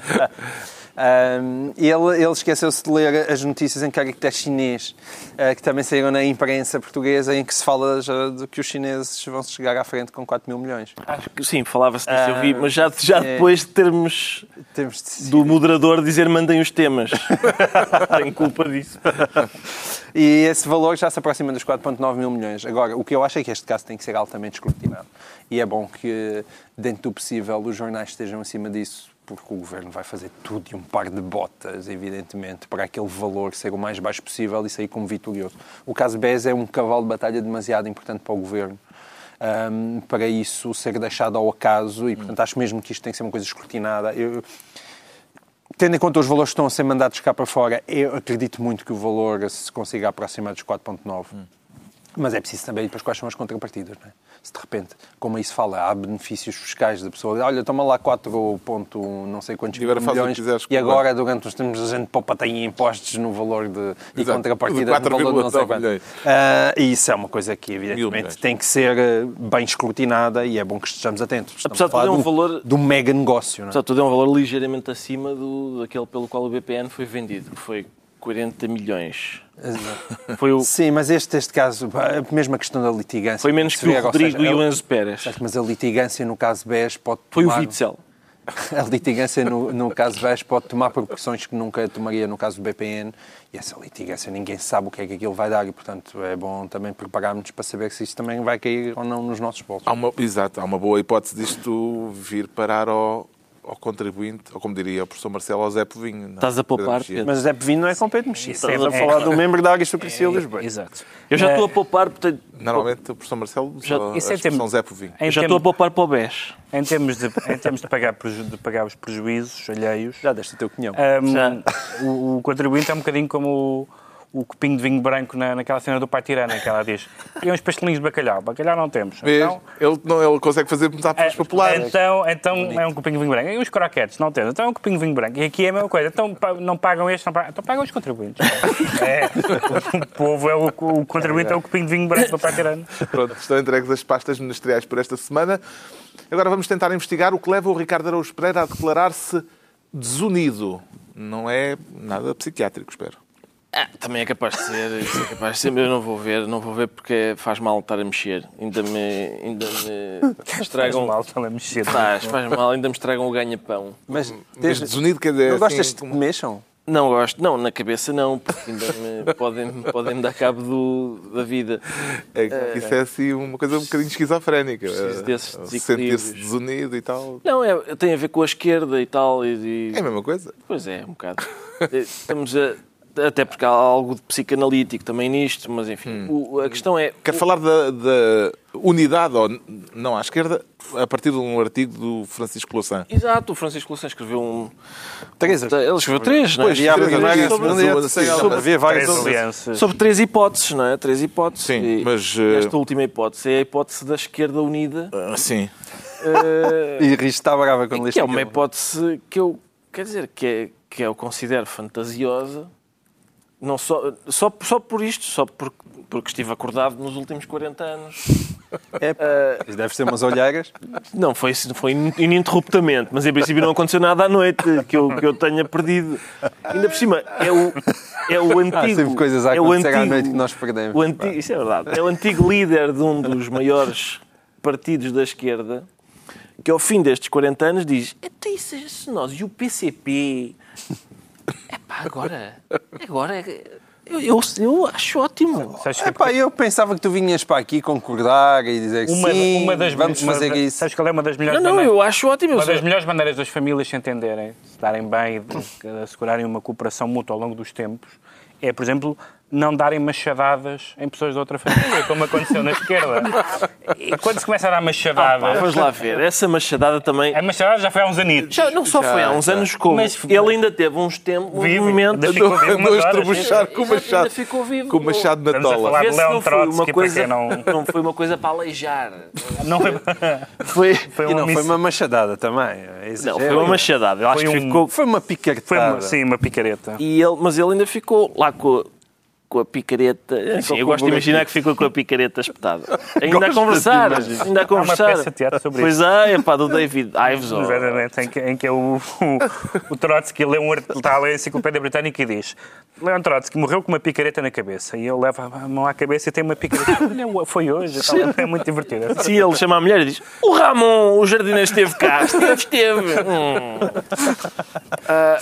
Um, ele, ele esqueceu-se de ler as notícias em caractere chinês, uh, que também saíram na imprensa portuguesa, em que se fala já de que os chineses vão chegar à frente com quatro mil milhões. Acho que sim, falava-se disso, eu vi, Ah, mas já, já é. depois de termos Temos de... do moderador dizer mandem os temas. Tenho culpa disso. E esse valor já se aproxima dos quatro vírgula nove mil milhões. Agora, o que eu acho é que este caso tem que ser altamente escrutinado. E é bom que, dentro do possível, os jornais estejam acima disso, porque o Governo vai fazer tudo e um par de botas, evidentemente, para aquele valor ser o mais baixo possível e sair como vitorioso. O caso B E S é um cavalo de batalha demasiado importante para o Governo, um, para isso ser deixado ao acaso, e, portanto, acho mesmo que isto tem que ser uma coisa escrutinada. Eu, tendo em conta os valores que estão a ser mandados cá para fora, eu acredito muito que o valor se consiga aproximar dos quatro vírgula nove. Hum. Mas é preciso também depois quais são as contrapartidas, não é? Se de repente, como aí se fala, há benefícios fiscais da pessoa, olha, toma lá quatro ponto não sei quantos E agora faz o que milhões quiseres, e agora, durante os tempos, a gente poupa tem impostos no valor de... e contrapartidas no valor de não sei quanto. Uh, e isso é uma coisa que, evidentemente, tem que ser bem escrutinada e é bom que estejamos atentos. Estamos Apesar a falar de ter um de um, valor- de um mega negócio, não é? Apesar de tudo, é um valor ligeiramente acima do, daquele pelo qual o B P N foi vendido, que foi quarenta milhões. Exato. Foi, o, Sim, mas este, este caso, a mesma questão da litigância... foi menos que o ou Rodrigo seja, e o a- Enzo Pérez. Mas a litigância, no caso B E S, pode Foi o tomar... Witzel. A litigância, no, no caso B E S, pode tomar proporções que nunca tomaria no caso do B P N, e essa litigância ninguém sabe o que é que aquilo vai dar, e, portanto, é bom também prepararmos para saber se isto também vai cair ou não nos nossos bolsos. Há uma, exato, há uma boa hipótese disto vir parar ao, ao contribuinte, ou como diria o professor Marcelo, ao Zé Povinho. Não? Estás a poupar, Pedro Pedro? Mas o Zé Povinho não é com Pedro Mexia, Isso é- estamos a é- falar de um membro da aristocracia de Lisboa. Exato. Eu já Eh, estou a poupar, portanto, Normalmente o professor Marcelo Já- usa isso a é expressão termo- Zé Povinho. Em eu já termos- estou a poupar para o B E S. Em termos de, em termos de, pagar, preju- de pagar os prejuízos alheios, Já deste a tua opinião. um, Já. o, o contribuinte é um bocadinho como o, o copinho de vinho branco na, naquela cena do Pai Tirana, que ela diz: e uns pastelinhos de bacalhau. Bacalhau não temos. Vês? Então, Ele, não, ele consegue fazer metáforas é, populares. então, então é um copinho de vinho branco. E os croquetes não temos. Então é um copinho de vinho branco. E aqui é a mesma coisa. Então pa- não pagam estes, não pagam. Então pagam os contribuintes. É, o povo é o, o contribuinte é o copinho de vinho branco do Pai Tirana. Pronto, estão entregues as pastas ministeriais por esta semana. Agora vamos tentar investigar o que leva o Ricardo Araújo Pereira a declarar-se desunido. Não é nada psiquiátrico, espero. Ah, também é capaz de ser, isso é capaz de ser, mas eu não vou ver, não vou ver porque faz mal estar a mexer. Ainda me, ainda me estragam. Mal, estão a mexer. Faz, faz mal, ainda me estragam o ganha-pão. Mas, Mas tens- desunido quer dizer não assim, gostas de que como- te mexam? Não gosto, não, na cabeça não, porque ainda me podem, podem me dar cabo do, da vida. É que isso é assim uma coisa um bocadinho esquizofrénica. Preciso desses Sentir-se desequilíbrios. desunido e tal. Não, é, tem a ver com a esquerda e tal. E, e- É a mesma coisa. Pois é, um bocado. Estamos a. Até porque há algo de psicanalítico também nisto, mas enfim, o- a questão é. Quero falar da, da unidade, ou não à esquerda, a partir de um artigo do Francisco Louçã. Exato, o Francisco Louçã esceveu um. Três. Ele escreveu três, não é? Pois, E há três, vagas três, sobre- três, sobre- três, sobre- havia várias Três sobre- alianças. Sobre três hipóteses, não é? Três hipóteses. Sim, E mas, eh, esta última hipótese é a hipótese da esquerda unida, Ah, sim. eh, E Risto está brava quando leste que é uma aquilo. hipótese que eu, quer dizer, que, é, que eu considero fantasiosa, não só, só, só por isto, só porque, porque estive acordado nos últimos quarenta anos. É, pá, isso deve ser umas olheiras. Não, foi, foi ininterruptamente, mas em princípio não aconteceu nada à noite que eu, que eu tenha perdido. Ainda por cima, é o, é o antigo... Há sempre coisas a é o acontecer à antigo- noite que nós perdemos. O antigo, isso é verdade. É o antigo líder de um dos maiores partidos da esquerda que ao fim destes quarenta anos diz: então isso, se nós e o P C P... Epá, agora... Agora... Eu, eu, eu acho ótimo. Sabes que- É pá, eu pensava que tu vinhas para aqui concordar e dizer que uma, sim, uma das, vamos uma fazer da- isso. Sabes qual é uma das melhores Não, não, maneiras? eu acho ótimo. Eu Uma das sei- melhores maneiras das famílias se entenderem, se darem bem e de assegurarem uma cooperação mútua ao longo dos tempos, é, por exemplo, não darem machadadas em pessoas de outra família, como aconteceu na esquerda. E quando se começa a dar machadadas... Ah, pá, vamos lá ver. Essa machadada também... A machadada já foi há uns anitos. Já, não só Já, foi há uns já. anos como. Mas- Ele ainda teve uns tempos, um Vive, momento... ainda ficou vivo umas Andou a horas. estrebuchar com o Ainda machado, ficou vivo. com o machado na Estamos a tola. falar Vê de se Leon não foi Trotsky, uma para coisa, quem não- não foi uma coisa para aleijar. Não foi... Foi, Foi E não, uma foi miss- uma machadada também. É não, exagero. foi uma machadada. Eu acho Foi que um- ficou... Foi uma picaretada. Foi uma, sim, uma picareta. E ele, mas ele ainda ficou lá com a, com a picareta. Assim, eu com gosto o de imaginar que ficou com a picareta espetada. Ainda a conversar. Ainda a conversar. peça de teatro sobre pois é, é pá, do David Ives. oh. Exatamente, em que, em que o, o, o Trotsky lê um artigo, está a ler a enciclopédia britânica e diz: Leon Trotsky morreu com uma picareta na cabeça. E ele leva a mão à cabeça e tem uma picareta. Olha, foi hoje. Então, é muito divertido. Se ele chama a mulher e diz: o Ramon, o jardineiro esteve cá. Esteve, esteve. Hum. Ah,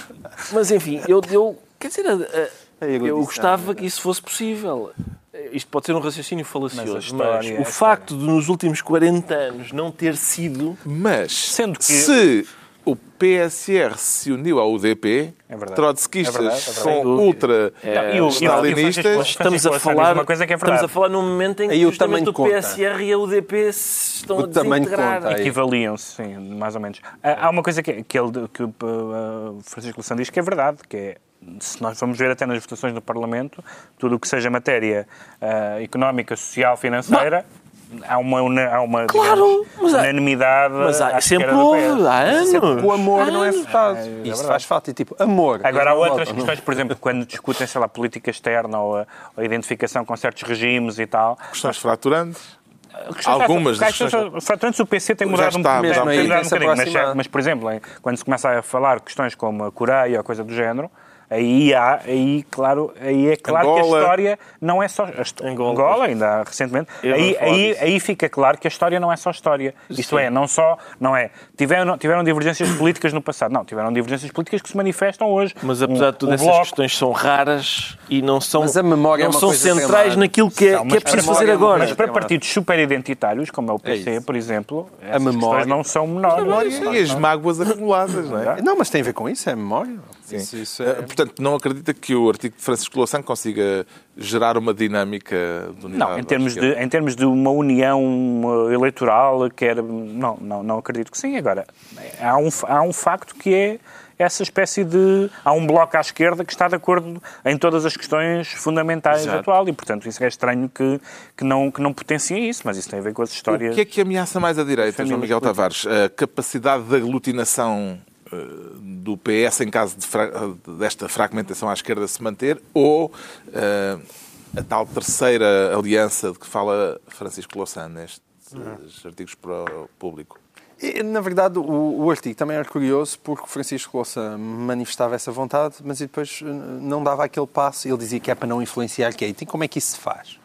mas enfim, eu, eu quer dizer, ah, A eu erudição, gostava que isso fosse possível. Isto pode ser um raciocínio falacioso, Mas a mas, história- o a facto de nos últimos quarenta anos não ter sido... Mas, Sendo que- se o P S R se uniu ao U D P, É verdade. trotskistas É verdade, é verdade. com ultra Não, e o- stalinistas... e o- Estamos a Francisco falar, diz uma coisa que é verdade. estamos a falar num momento em que Aí o justamente tamanho o P S conta. R e a U D P se estão O a tamanho desintegrar. conta aí. Equivaliam-se, sim, mais ou menos. Há há uma coisa que, que, ele, que o uh, Francisco Louçã diz que é verdade, que é, se nós vamos ver até nas votações do Parlamento, tudo o que seja matéria uh, económica, social, financeira, há uma, una- há uma Claro, digamos, mas há- unanimidade Mas há, à sempre esquerda do P S. houve, há anos. O amor não é Anos. votado. É, é Isso verdade. faz falta. E tipo, amor. Agora, há Eles não outras votam. questões, por exemplo, quando discutem, sei lá, política externa ou a, ou a identificação com certos regimes e tal. Questões fraturantes. Questões Algumas das questões questões- fraturantes, o P C tem Já mudado um, está, tem mesmo aí mudado um tem-se bocadinho, mas, aproximado. mas, por exemplo, em- quando se começa a falar questões como a Coreia ou coisa do género, aí há, aí, claro, aí é claro que a Angola. história não é só... a hist- Angola. Angola, ainda há recentemente. Eu Aí, vou falar aí, disso. aí fica claro que a história não é só história. Isto é, não só... Não é, tiveram, tiveram divergências políticas no passado. Não, tiveram divergências políticas que se manifestam hoje. Mas apesar de tudo, Um- o essas Bloco- questões são raras e não são, Mas a memória é não uma são coisa centrais extremada. naquilo que é, Não, que mas é preciso a fazer memória é uma agora. Mas coisa para extremada. partidos super-identitários, como é o P C, isso. por exemplo, essas memória- questões não são menores. E as mágoas acumuladas, não é? Não, mas tem a ver com isso, é memória. Sim. Isso, isso Eh, é... Portanto, não acredita que o artigo de Francisco Louçã consiga gerar uma dinâmica de unidade? Não, em termos, à de, esquerda? em termos de uma união uh, eleitoral, quer, não, não, não acredito que sim. Agora, há um, há um facto que é essa espécie de... Há um bloco à esquerda que está de acordo em todas as questões fundamentais Exato. atual e, portanto, isso é estranho que, que, não, que não potencie isso, mas isso tem a ver com as histórias... O que é que ameaça mais a direita, João Famílias Miguel Tavares? A capacidade de aglutinação eh, do P S em caso de fra- desta fragmentação à esquerda se manter ou eh, a tal terceira aliança de que fala Francisco Louçã nestes artigos para o público? E, na verdade, o, o artigo também era curioso porque o Francisco Louçã manifestava essa vontade, mas depois eh, não dava aquele passo. Ele dizia que é para não influenciar, que é, então como é que isso se faz?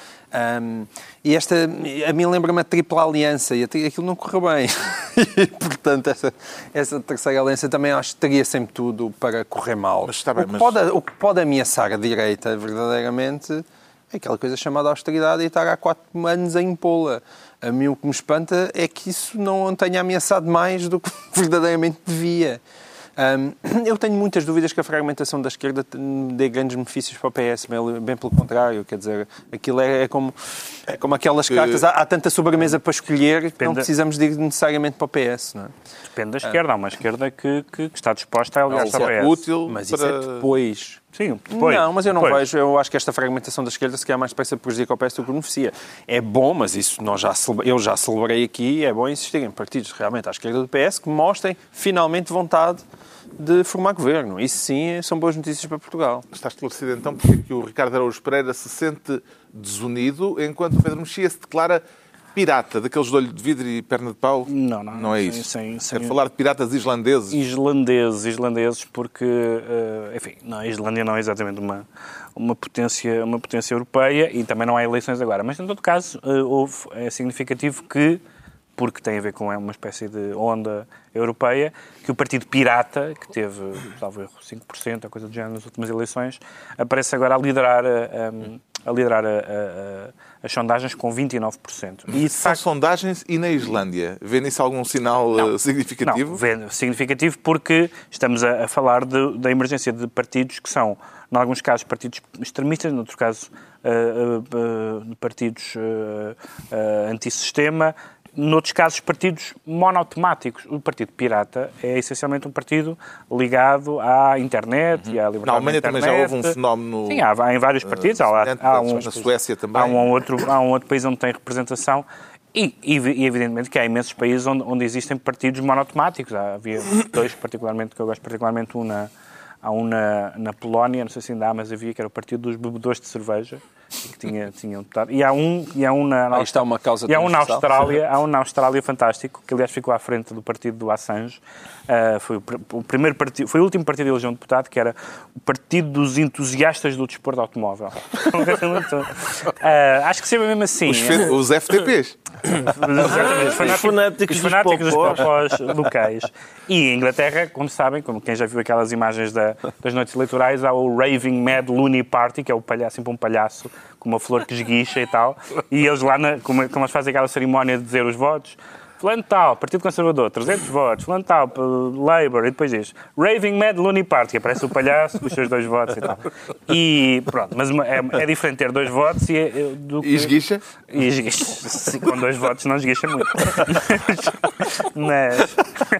Um, e esta, a mim lembra-me a tripla aliança e até aquilo não correu bem. E, portanto, essa, essa terceira aliança também acho que teria sempre tudo para correr mal. Mas está bem, o, que mas- pode, o que pode ameaçar a direita, verdadeiramente, é aquela coisa chamada austeridade e estar há quatro anos a impô-la. A mim o que me espanta é que isso não tenha ameaçado mais do que verdadeiramente devia. Um, eu tenho muitas dúvidas que a fragmentação da esquerda dê grandes benefícios para o P S, bem, bem pelo contrário, quer dizer, aquilo é, é, como, é como aquelas cartas, há, há tanta sobremesa para escolher que não Depende- precisamos de ir necessariamente para o P S, não é? Depende da esquerda. Há uma esquerda que, que, que está disposta a aliar-se ao P S. Útil Mas isso para... é depois. Sim, depois. Não, mas eu não depois. vejo. Eu acho que esta fragmentação da esquerda se calhar mais depressa prejudica o P S do que beneficia. É bom, mas isso nós já celebra- eu já celebrei aqui, é bom existirem partidos realmente à esquerda do P S que mostrem finalmente vontade de formar governo. Isso sim são boas notícias para Portugal. Está esclarecido então porque é que o Ricardo Araújo Pereira se sente desunido enquanto o Pedro Mexia se declara pirata, daqueles de olho de vidro e perna de pau? Não, não. Não é Sem- isso. sem- sem- É de falar de piratas islandeses. Islandeses, islandeses, porque, eh, enfim, não, a Islândia não é exatamente uma, uma, potência, uma potência europeia e também não há eleições agora. Mas, em todo caso, eh, houve, é significativo que, porque tem a ver com uma espécie de onda europeia, que o Partido Pirata, que teve, talvez, cinco por cento, a coisa do género nas últimas eleições, aparece agora a liderar a, a liderar a, a, a, as sondagens com vinte e nove por cento. E isso são sondagens e na Islândia? Vê nisso algum sinal não, significativo? Não, vê significativo porque estamos a, a falar de, da emergência de partidos que são, em alguns casos, partidos extremistas, em outros casos, uh, uh, uh, partidos uh, uh, antissistema, noutros casos, partidos monotemáticos. O Partido Pirata é essencialmente um partido ligado à internet uhum. e à liberdade na Alemanha da internet. Também já houve um fenómeno... Sim, há, há em vários partidos. Uh, há, há um, na Suécia também. Há um, outro, há um outro país onde tem representação. E, e, e evidentemente que há imensos países onde, onde existem partidos monotemáticos. Há, havia dois, particularmente, que eu gosto particularmente, um na, há um na, na Polónia, não sei se ainda há, mas havia, que era o Partido dos Bebedores de Cerveja, que tinha, tinha um deputado. E há um, e há um na, na, Aí está uma causa e há um na Austrália, há um na Austrália fantástico, que aliás ficou à frente do partido do Assange. Uh, foi, o, o primeiro partido, foi o último partido a eleger um deputado, que era o Partido dos Entusiastas do Desporto Automóvel. uh, acho que sempre mesmo assim. Os, é? os F T Ps. Os fanáticos, fanáticos, os fanáticos dos popós locais. E em Inglaterra, como sabem, como quem já viu aquelas imagens da, das noites eleitorais, há o Raving Mad Looney Party, que é o palhaço, sempre um palhaço com uma flor que esguicha e tal. E eles lá, na, como, como eles fazem aquela cerimónia de dizer os votos, fulano tal, Partido Conservador, trezentos votos, fulano tal, Labour, e depois diz Raving Mad Looney Party, aparece o palhaço com os seus dois votos e tal. E pronto, mas é, é diferente ter dois votos e... É, do que... E esguicha? E esguicha. Sim, com dois votos não esguicha muito. Mas,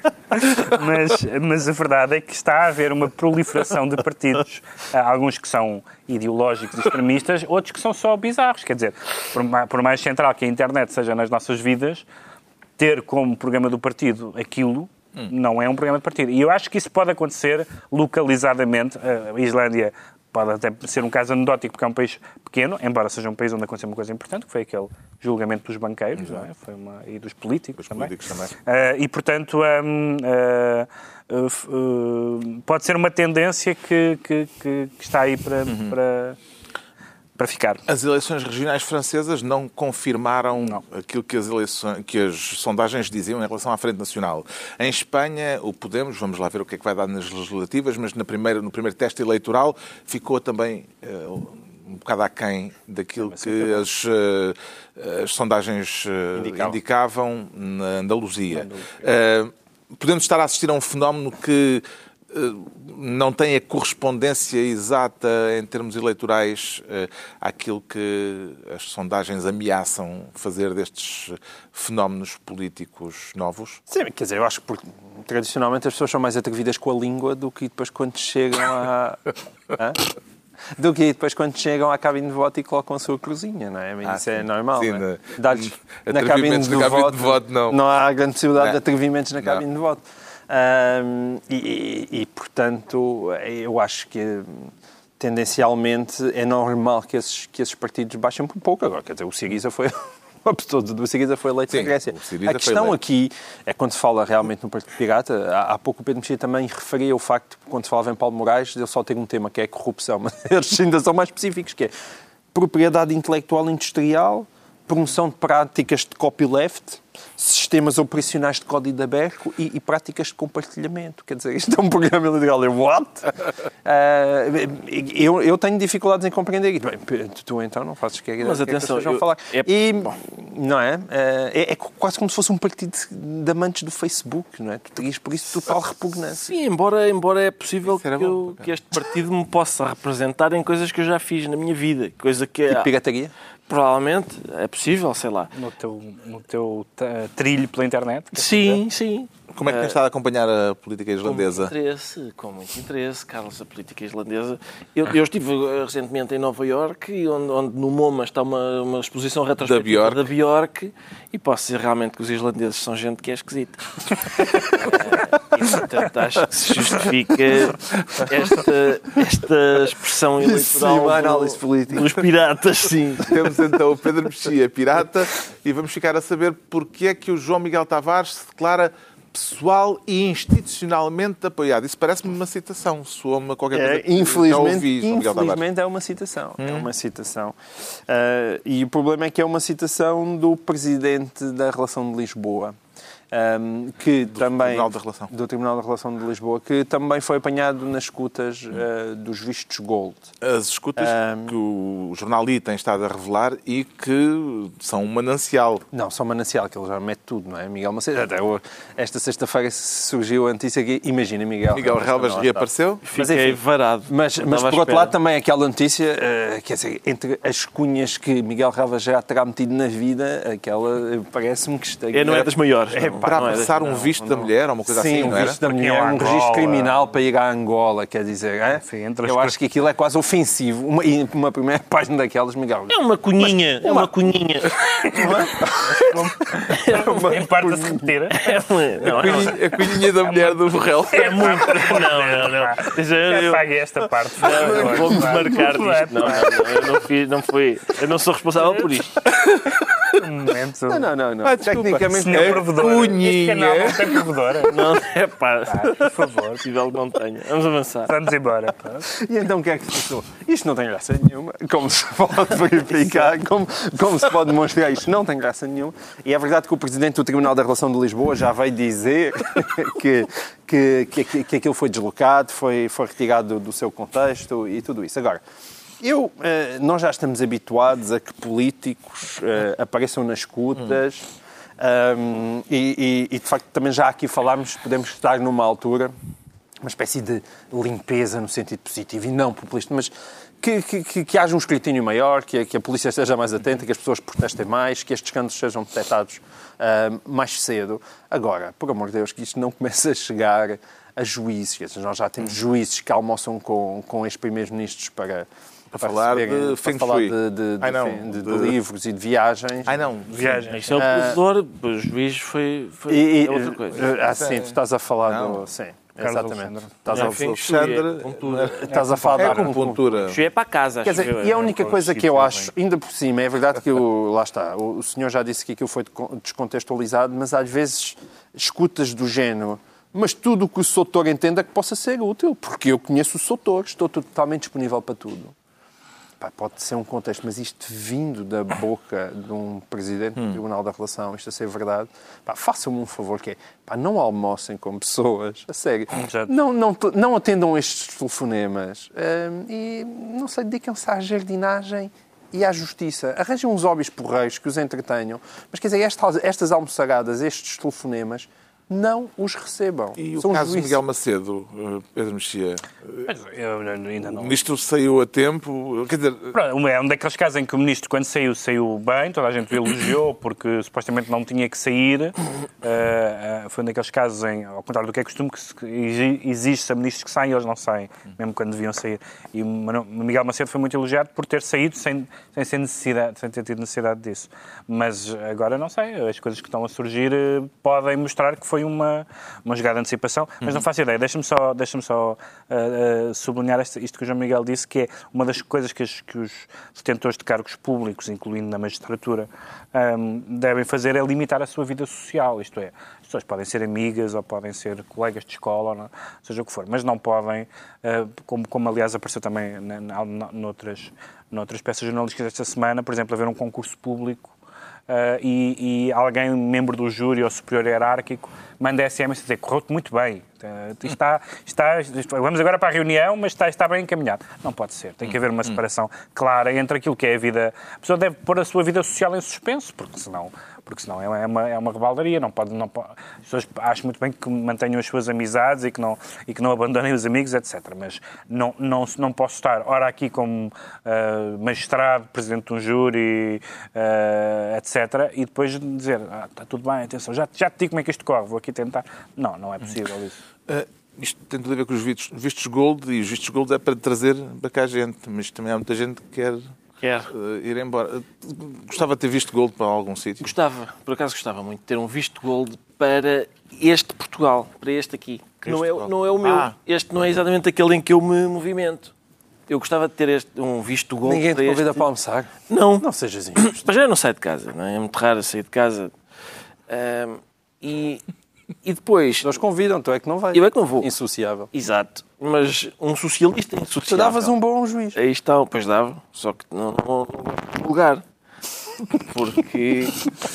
mas, mas a verdade é que está a haver uma proliferação de partidos, alguns que são ideológicos e extremistas, outros que são só bizarros. Quer dizer, por mais, por mais central que a internet seja nas nossas vidas, ter como programa do partido aquilo hum. não é um programa de partido. E eu acho que isso pode acontecer localizadamente. A Islândia pode até ser um caso anedótico porque é um país pequeno, embora seja um país onde aconteceu uma coisa importante, que foi aquele julgamento dos banqueiros não é? Foi uma, e dos políticos, também. políticos também. Uh, e, portanto, um, uh, uh, uh, pode ser uma tendência que, que, que, que está aí para... Uhum. para para ficar. As eleições regionais francesas não confirmaram não. aquilo que as, eleições, que as sondagens diziam em relação à Frente Nacional. Em Espanha, o Podemos, vamos lá ver o que é que vai dar nas legislativas, mas na primeira, no primeiro teste eleitoral ficou também uh, um bocado aquém daquilo que as, uh, as sondagens uh, indicavam. indicavam na Andaluzia. Uh, podemos estar a assistir a um fenómeno que não tem a correspondência exata em termos eleitorais àquilo que as sondagens ameaçam fazer destes fenómenos políticos novos? Sim, quer dizer, eu acho que porque, tradicionalmente as pessoas são mais atrevidas com a língua do que depois quando chegam a... do que depois quando chegam à cabine de voto e colocam a sua cruzinha, não é? Mas ah, isso sim. é normal, sim, não é? Na, na cabine, de, cabine voto, de voto, não. Não há grande possibilidade não. de atrevimentos na cabine não. de voto. Um, e, e, e, portanto, eu acho que tendencialmente é normal que esses, que esses partidos baixem por pouco. Agora, quer dizer, o Syriza foi... A pessoa do Syriza foi eleito na Grécia. A questão aqui é quando se fala realmente no Partido Pirata, há, há pouco o Pedro Mexia também referia o facto, quando se falava em Paulo Moraes, ele só tem um tema que é a corrupção, mas eles ainda são mais específicos, que é propriedade intelectual industrial, promoção de práticas de copyleft, sistemas operacionais de código aberto e, e práticas de compartilhamento. Quer dizer, isto é um programa legal. What? Uh, eu, eu tenho dificuldades em compreender isso. Bem, tu, tu então não fazes que é Mas que atenção, é que as eu, falar. É, e, não é? Uh, é? É quase como se fosse um partido de amantes do Facebook, não é? Tu terias por isso total repugnância. Sim, embora, embora é possível que, bom, eu, que este partido me possa representar em coisas que eu já fiz na minha vida. Coisa que é... Tipo pirataria? Provavelmente, é possível, sei lá. No teu, no teu trilho pela internet? Sim, sim. Como é que tens estado a acompanhar a política islandesa? Com muito interesse, com muito interesse, Carlos, a política islandesa. Eu, eu estive recentemente em Nova Iorque, onde, onde no MoMA está uma, uma exposição retrospectiva da Björk. da Björk, e posso dizer realmente que os islandeses são gente que é esquisita. E, portanto, acho que se justifica esta, esta expressão eleitoral sim, uma análise política. Dos piratas, sim. Temos então o Pedro Mexia, pirata, e vamos ficar a saber porque é que o João Miguel Tavares se declara pessoal e institucionalmente apoiado. Isso parece-me uma citação. Soa-me qualquer coisa é, que infelizmente, já ouvi, infelizmente é uma citação. Hum. É uma citação. Uh, e o problema é que é uma citação do presidente da Relação de Lisboa. um, que do também... Tribunal da Relação. Do Tribunal da Relação de Lisboa, que também foi apanhado nas escutas uh, dos vistos Gold. As escutas um... que o jornal I tem estado a revelar e que são um manancial. Não, são manancial, que ele já mete tudo, não é? Miguel Macedo, até esta sexta-feira surgiu a notícia aqui, imagina, Miguel... Miguel Relvas reapareceu. Mas, enfim, varado. Mas, mas por outro lado, também aquela notícia, uh, quer dizer, entre as cunhas que Miguel Relvas já terá metido na vida, aquela parece-me que está... É, não é das maiores. É, para não apressar é um não, visto não, da mulher ou uma coisa sim, assim, um não era? visto da mulher, um registro criminal para ir à Angola, quer dizer, é? Sim, entre as eu coisas... acho que aquilo é quase ofensivo. Uma, e uma primeira página daquelas, Miguel. É uma cunhinha, é uma cunhinha. Em parte a se repetir. É uma, não, é uma, A cunhinha da mulher do Borrell. é muito. Não, não, não. Já Eu, paguei esta parte. eu vou-me desmarcar disto. Não, não, não. Eu não fiz, não fui. Eu não sou responsável por isto. Um momento. Não, não, não. não. Ah, desculpa. Tecnicamente, Senhor É provedor. cunhinha. Este canal não tem provedora. Não, é pá. Por favor. Possível que não tenha. Vamos avançar. Vamos embora. Pá. E então o que é que se passou? Isto não tem graça nenhuma, como se pode verificar, como, como se pode demonstrar, isto não tem graça nenhuma. E é verdade que o Presidente do Tribunal da Relação de Lisboa já veio dizer que, que, que, que aquilo foi deslocado, foi, foi retirado do, do seu contexto e tudo isso. Agora, eu, eh, nós já estamos habituados a que políticos eh, apareçam nas escutas um, e, e, e, de facto, também já aqui falámos, podemos estar numa altura, uma espécie de limpeza no sentido positivo e não populista, mas que, que, que haja um escrutínio maior, que a, que a polícia esteja mais atenta, que as pessoas protestem mais, que estes escândalos sejam detectados uh, mais cedo. Agora, por amor de Deus, que isto não comece a chegar a juízes. Nós já temos juízes que almoçam com, com ex-primeiros-ministros para... Para falar de para falar de, de, de, Ai, não, de, de, de... de livros e de viagens. Ai não, Viagem. Isso é o provedor, o juiz foi, foi E, e, é outra coisa. Ah, sim, tu estás a falar Não. do... Sim, Carlos exatamente. Alexandre. Estás É, a, Feng Shui, é Alexandre, pontura. estás a falar é da acupuntura. Feng Shui é para casa, Quer acho dizer, eu. e a única com coisa os que eu sítios acho, ainda por cima, é verdade que o, lá está, o, o senhor já disse que aquilo foi descontextualizado, mas às vezes escutas do género, mas tudo o que o Soutor entenda que possa ser útil, porque eu conheço o Soutor, estou totalmente disponível para tudo. Pá, pode ser um contexto, mas isto vindo da boca de um presidente do Tribunal da Relação, isto a ser verdade, pá, façam-me um favor, que é, pá, não almocem com pessoas, a sério, Exato. não, não, não atendam estes telefonemas hum, e, não sei, dediquem-se à jardinagem e à justiça. Arranjem uns hobbies porreiros que os entretenham, mas quer dizer, estas, estas almoçaradas, estes telefonemas, não os recebam. E o São caso de juízes. Miguel Macedo, uh, Pedro Mexia, Mas eu ainda o não. ministro saiu a tempo, quer dizer, Pronto, é um daqueles casos em que o ministro, quando saiu, saiu bem, toda a gente o elogiou porque supostamente não tinha que sair. Uh, uh, foi um daqueles casos, em, ao contrário do que é costume, que, se, que existe ministros que saem e eles não saem, mesmo quando deviam sair. E o Miguel Macedo foi muito elogiado por ter saído sem, sem, ser necessidade, sem ter tido necessidade disso. Mas agora não sei, as coisas que estão a surgir uh, podem mostrar que foi uma, uma jogada de antecipação, mas não faço ideia. Deixa-me só, deixa-me só uh, uh, sublinhar isto, isto que o João Miguel disse, que é uma das coisas que, as, que os detentores de cargos públicos, incluindo na magistratura, um, devem fazer é limitar a sua vida social. Isto é, as pessoas podem ser amigas ou podem ser colegas de escola, ou não, seja o que for, mas não podem, uh, como, como aliás apareceu também na, na, noutras, noutras peças jornalísticas esta semana, por exemplo, haver um concurso público Uh, e, e alguém, membro do júri ou superior hierárquico, manda S M S a dizer correu-te muito bem. Uh, está, está, está, vamos agora para a reunião, mas está, está bem encaminhado. Não pode ser. Tem que haver uma separação clara entre aquilo que é a vida... A pessoa deve pôr a sua vida social em suspenso, porque senão, porque senão é, uma, é uma rebaldaria. Não pode, não pode, as pessoas acham muito bem que mantenham as suas amizades e que não, e que não abandonem os amigos, etcétera. Mas não, não, não posso estar, ora aqui como uh, magistrado, presidente de um júri, uh, etcétera, e depois dizer, ah, está tudo bem, atenção, já, já te digo como é que isto corre, vou aqui tentar. Não, não é possível isso. uh, isto tem tudo a ver com os vistos, vistos gold, e os vistos gold é para trazer para cá gente, mas também há muita gente que quer... Quer. Uh, ir embora. Gostava de ter visto gold para algum sítio? Gostava, por acaso gostava muito de ter um visto gold para este Portugal, para este aqui, que não é, não é o meu. Ah. Este não é exatamente aquele em que eu me movimento. Eu gostava de ter este, um visto gold. Ninguém te convida este... para almoçar? Não. Não sejas injusto. Mas já não saio de casa, não é? É muito raro sair de casa. Um, e, e depois... Eles convidam, tu é que não vais. Eu é que não vou. Insociável. Exato. Mas um socialista insociável. Tu davas um bom juiz. Aí está, pois dava, só que não, não, não lugar. porque...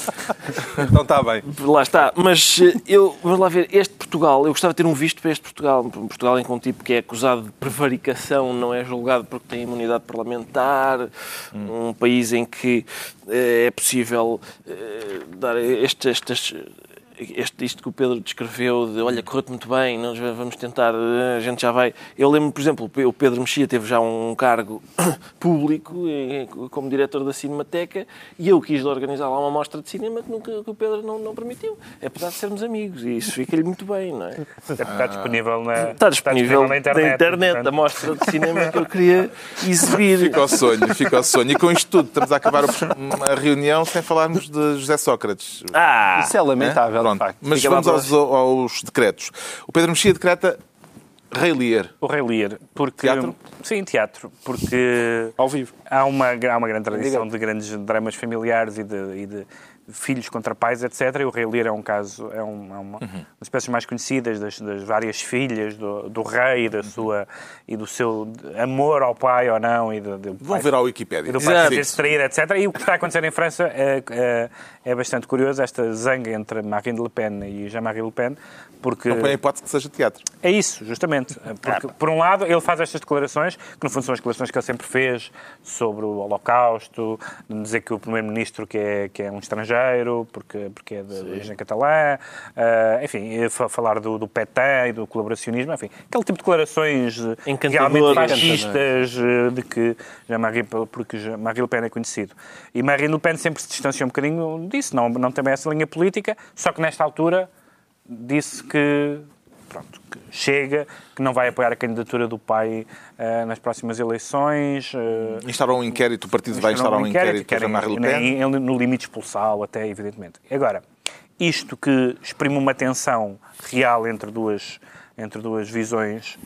Então está bem. Lá está. Mas eu, vamos lá ver, este Portugal, eu gostava de ter um visto para este Portugal. Um Portugal em que um tipo que é acusado de prevaricação não é julgado porque tem imunidade parlamentar. Hum. Um país em que é possível é, dar este, estas... Este, isto que o Pedro descreveu, de olha, correu-te muito bem, nós vamos tentar, a gente já vai... Eu lembro, por exemplo, o Pedro Mexia teve já um cargo público como diretor da Cinemateca e eu quis organizar lá uma mostra de cinema que, nunca, que o Pedro não, não permitiu. Apesar de sermos amigos, e isso fica-lhe muito bem, não é? Está disponível na, está disponível, está disponível na internet. Na internet a mostra de cinema que eu queria exibir. Fica ao sonho, fica ao sonho. E com isto tudo, estamos a acabar uma reunião sem falarmos de José Sócrates. Ah! Isso é lamentável. Pronto, mas Fica vamos lá aos, aos decretos. O Pedro Mexia decreta Rei Lear. O Rei Lear. Porque, Teatro? Sim, teatro. Porque Ao vivo. há uma, há uma grande tradição de grandes dramas familiares e de, e de filhos contra pais, etcétera. E o Rei Lear é um caso, é, um, é uma, uhum. das espécies mais conhecidas das, das várias filhas do, do rei e, da sua, e do seu amor ao pai ou não. E de, de Vão pai, ver à Wikipédia. E do pai se trair, etcétera. E o que está a acontecer em França é, é, é bastante curioso, esta zanga entre Marine Le Pen e Jean-Marie Le Pen, porque... Não põe a hipótese que seja teatro. É isso, justamente. Porque, por um lado, ele faz estas declarações, que no fundo são as declarações que ele sempre fez sobre o Holocausto, de dizer que o primeiro-ministro que é, que é um estrangeiro, porque, porque é de origem catalã, uh, enfim, falar do, do Pétain e do colaboracionismo, enfim, aquele tipo de declarações realmente fascistas de que Jean-Marie, porque Jean-Marie Le Pen é conhecido. E Marine Le Pen sempre se distanciou um bocadinho disso, não, não tem essa linha política, só que nesta altura disse que, pronto, que chega, que não vai apoiar a candidatura do pai uh, nas próximas eleições. Uh, instaurou um inquérito, o partido vai instaurar um inquérito, inquérito para Jean-Marie Le Pen. No, no limite expulsá-lo até, evidentemente. Agora, isto que exprime uma tensão real entre duas, entre duas visões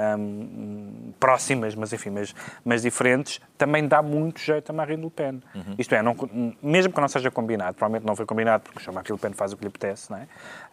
um, próximas, mas enfim, mas, mas diferentes, também dá muito jeito a Marine Le Pen. Uhum. Isto é, não, mesmo que não seja combinado, provavelmente não foi combinado, porque o Jean-Marie Le Pen faz o que lhe apetece, não é?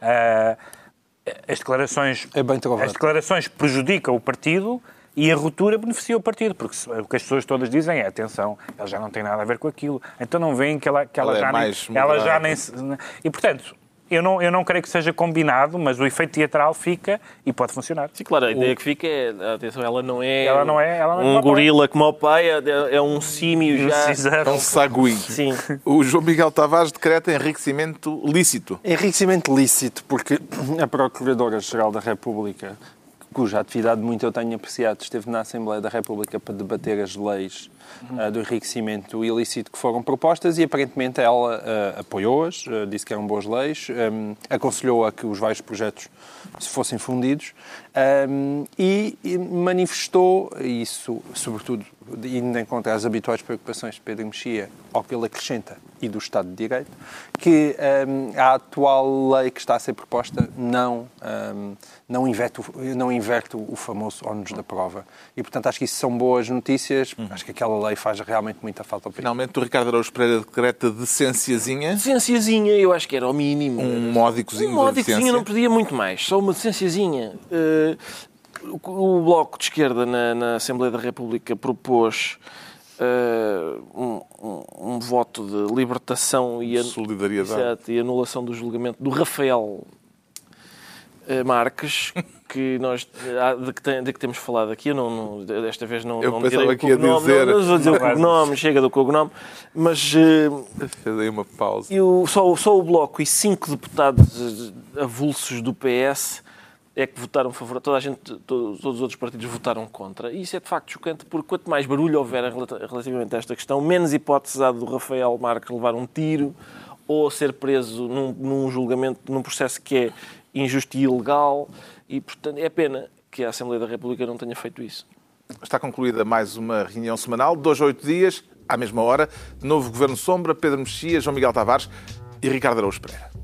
Uh, as declarações, é bem as declarações prejudicam o partido e a ruptura beneficia o partido, porque o que as pessoas todas dizem é, atenção, ela já não tem nada a ver com aquilo, então não veem que ela, que ela, ela, já, nem, ela já nem... E, portanto... Eu não, eu não creio que seja combinado, mas o efeito teatral fica e pode funcionar. Sim, claro, a ideia o... que fica é, atenção, ela não é, ela não é, ela não é um gorila como o pai, é, é um símio já... É um sagui. Sim. O João Miguel Tavares decreta enriquecimento lícito. Enriquecimento lícito, porque a Procuradora-Geral da República, cuja atividade muito eu tenho apreciado, esteve na Assembleia da República para debater as leis uh, do enriquecimento ilícito que foram propostas e aparentemente ela uh, apoiou-as, uh, disse que eram boas leis, um, aconselhou a que os vários projetos se fossem fundidos um, e, e manifestou isso, sobretudo, indo em contra as habituais preocupações de Pedro Mexia, ao que ele acrescenta, e do Estado de Direito, que um, a atual lei que está a ser proposta não, um, não, inverte, não inverte o famoso ónus da prova. E, portanto, acho que isso são boas notícias. Uhum. Acho que aquela lei faz realmente muita falta ao país. Finalmente, o Ricardo Araújo Pereira decreta decenciazinha. Decenciazinha, eu acho que era o mínimo. Um módicozinho Um módicozinho não podia muito mais. Só uma decenciazinha. Uh, o, o Bloco de Esquerda na, na Assembleia da República propôs Uh, um, um, um voto de libertação e, an... Exato, e anulação do julgamento do Rafael uh, Marques, que nós de que, tem, de que temos falado aqui. Eu não, não, desta vez não, eu não direi o cognome, dizer... não, não vou dizer o cognome, chega do cognome, mas uh, dei uma pausa. Eu, só, só o Bloco e cinco deputados avulsos do P S é que votaram a favor, toda a gente, todos, todos os outros partidos votaram contra. E isso é de facto chocante, porque quanto mais barulho houver relativamente a esta questão, menos hipóteses há do Rafael Marques levar um tiro ou ser preso num, num julgamento, num processo que é injusto e ilegal. E, portanto, é pena que a Assembleia da República não tenha feito isso. Está concluída mais uma reunião semanal, dois a oito dias, à mesma hora. Novo Governo Sombra, Pedro Mexia, João Miguel Tavares e Ricardo Araújo Pereira.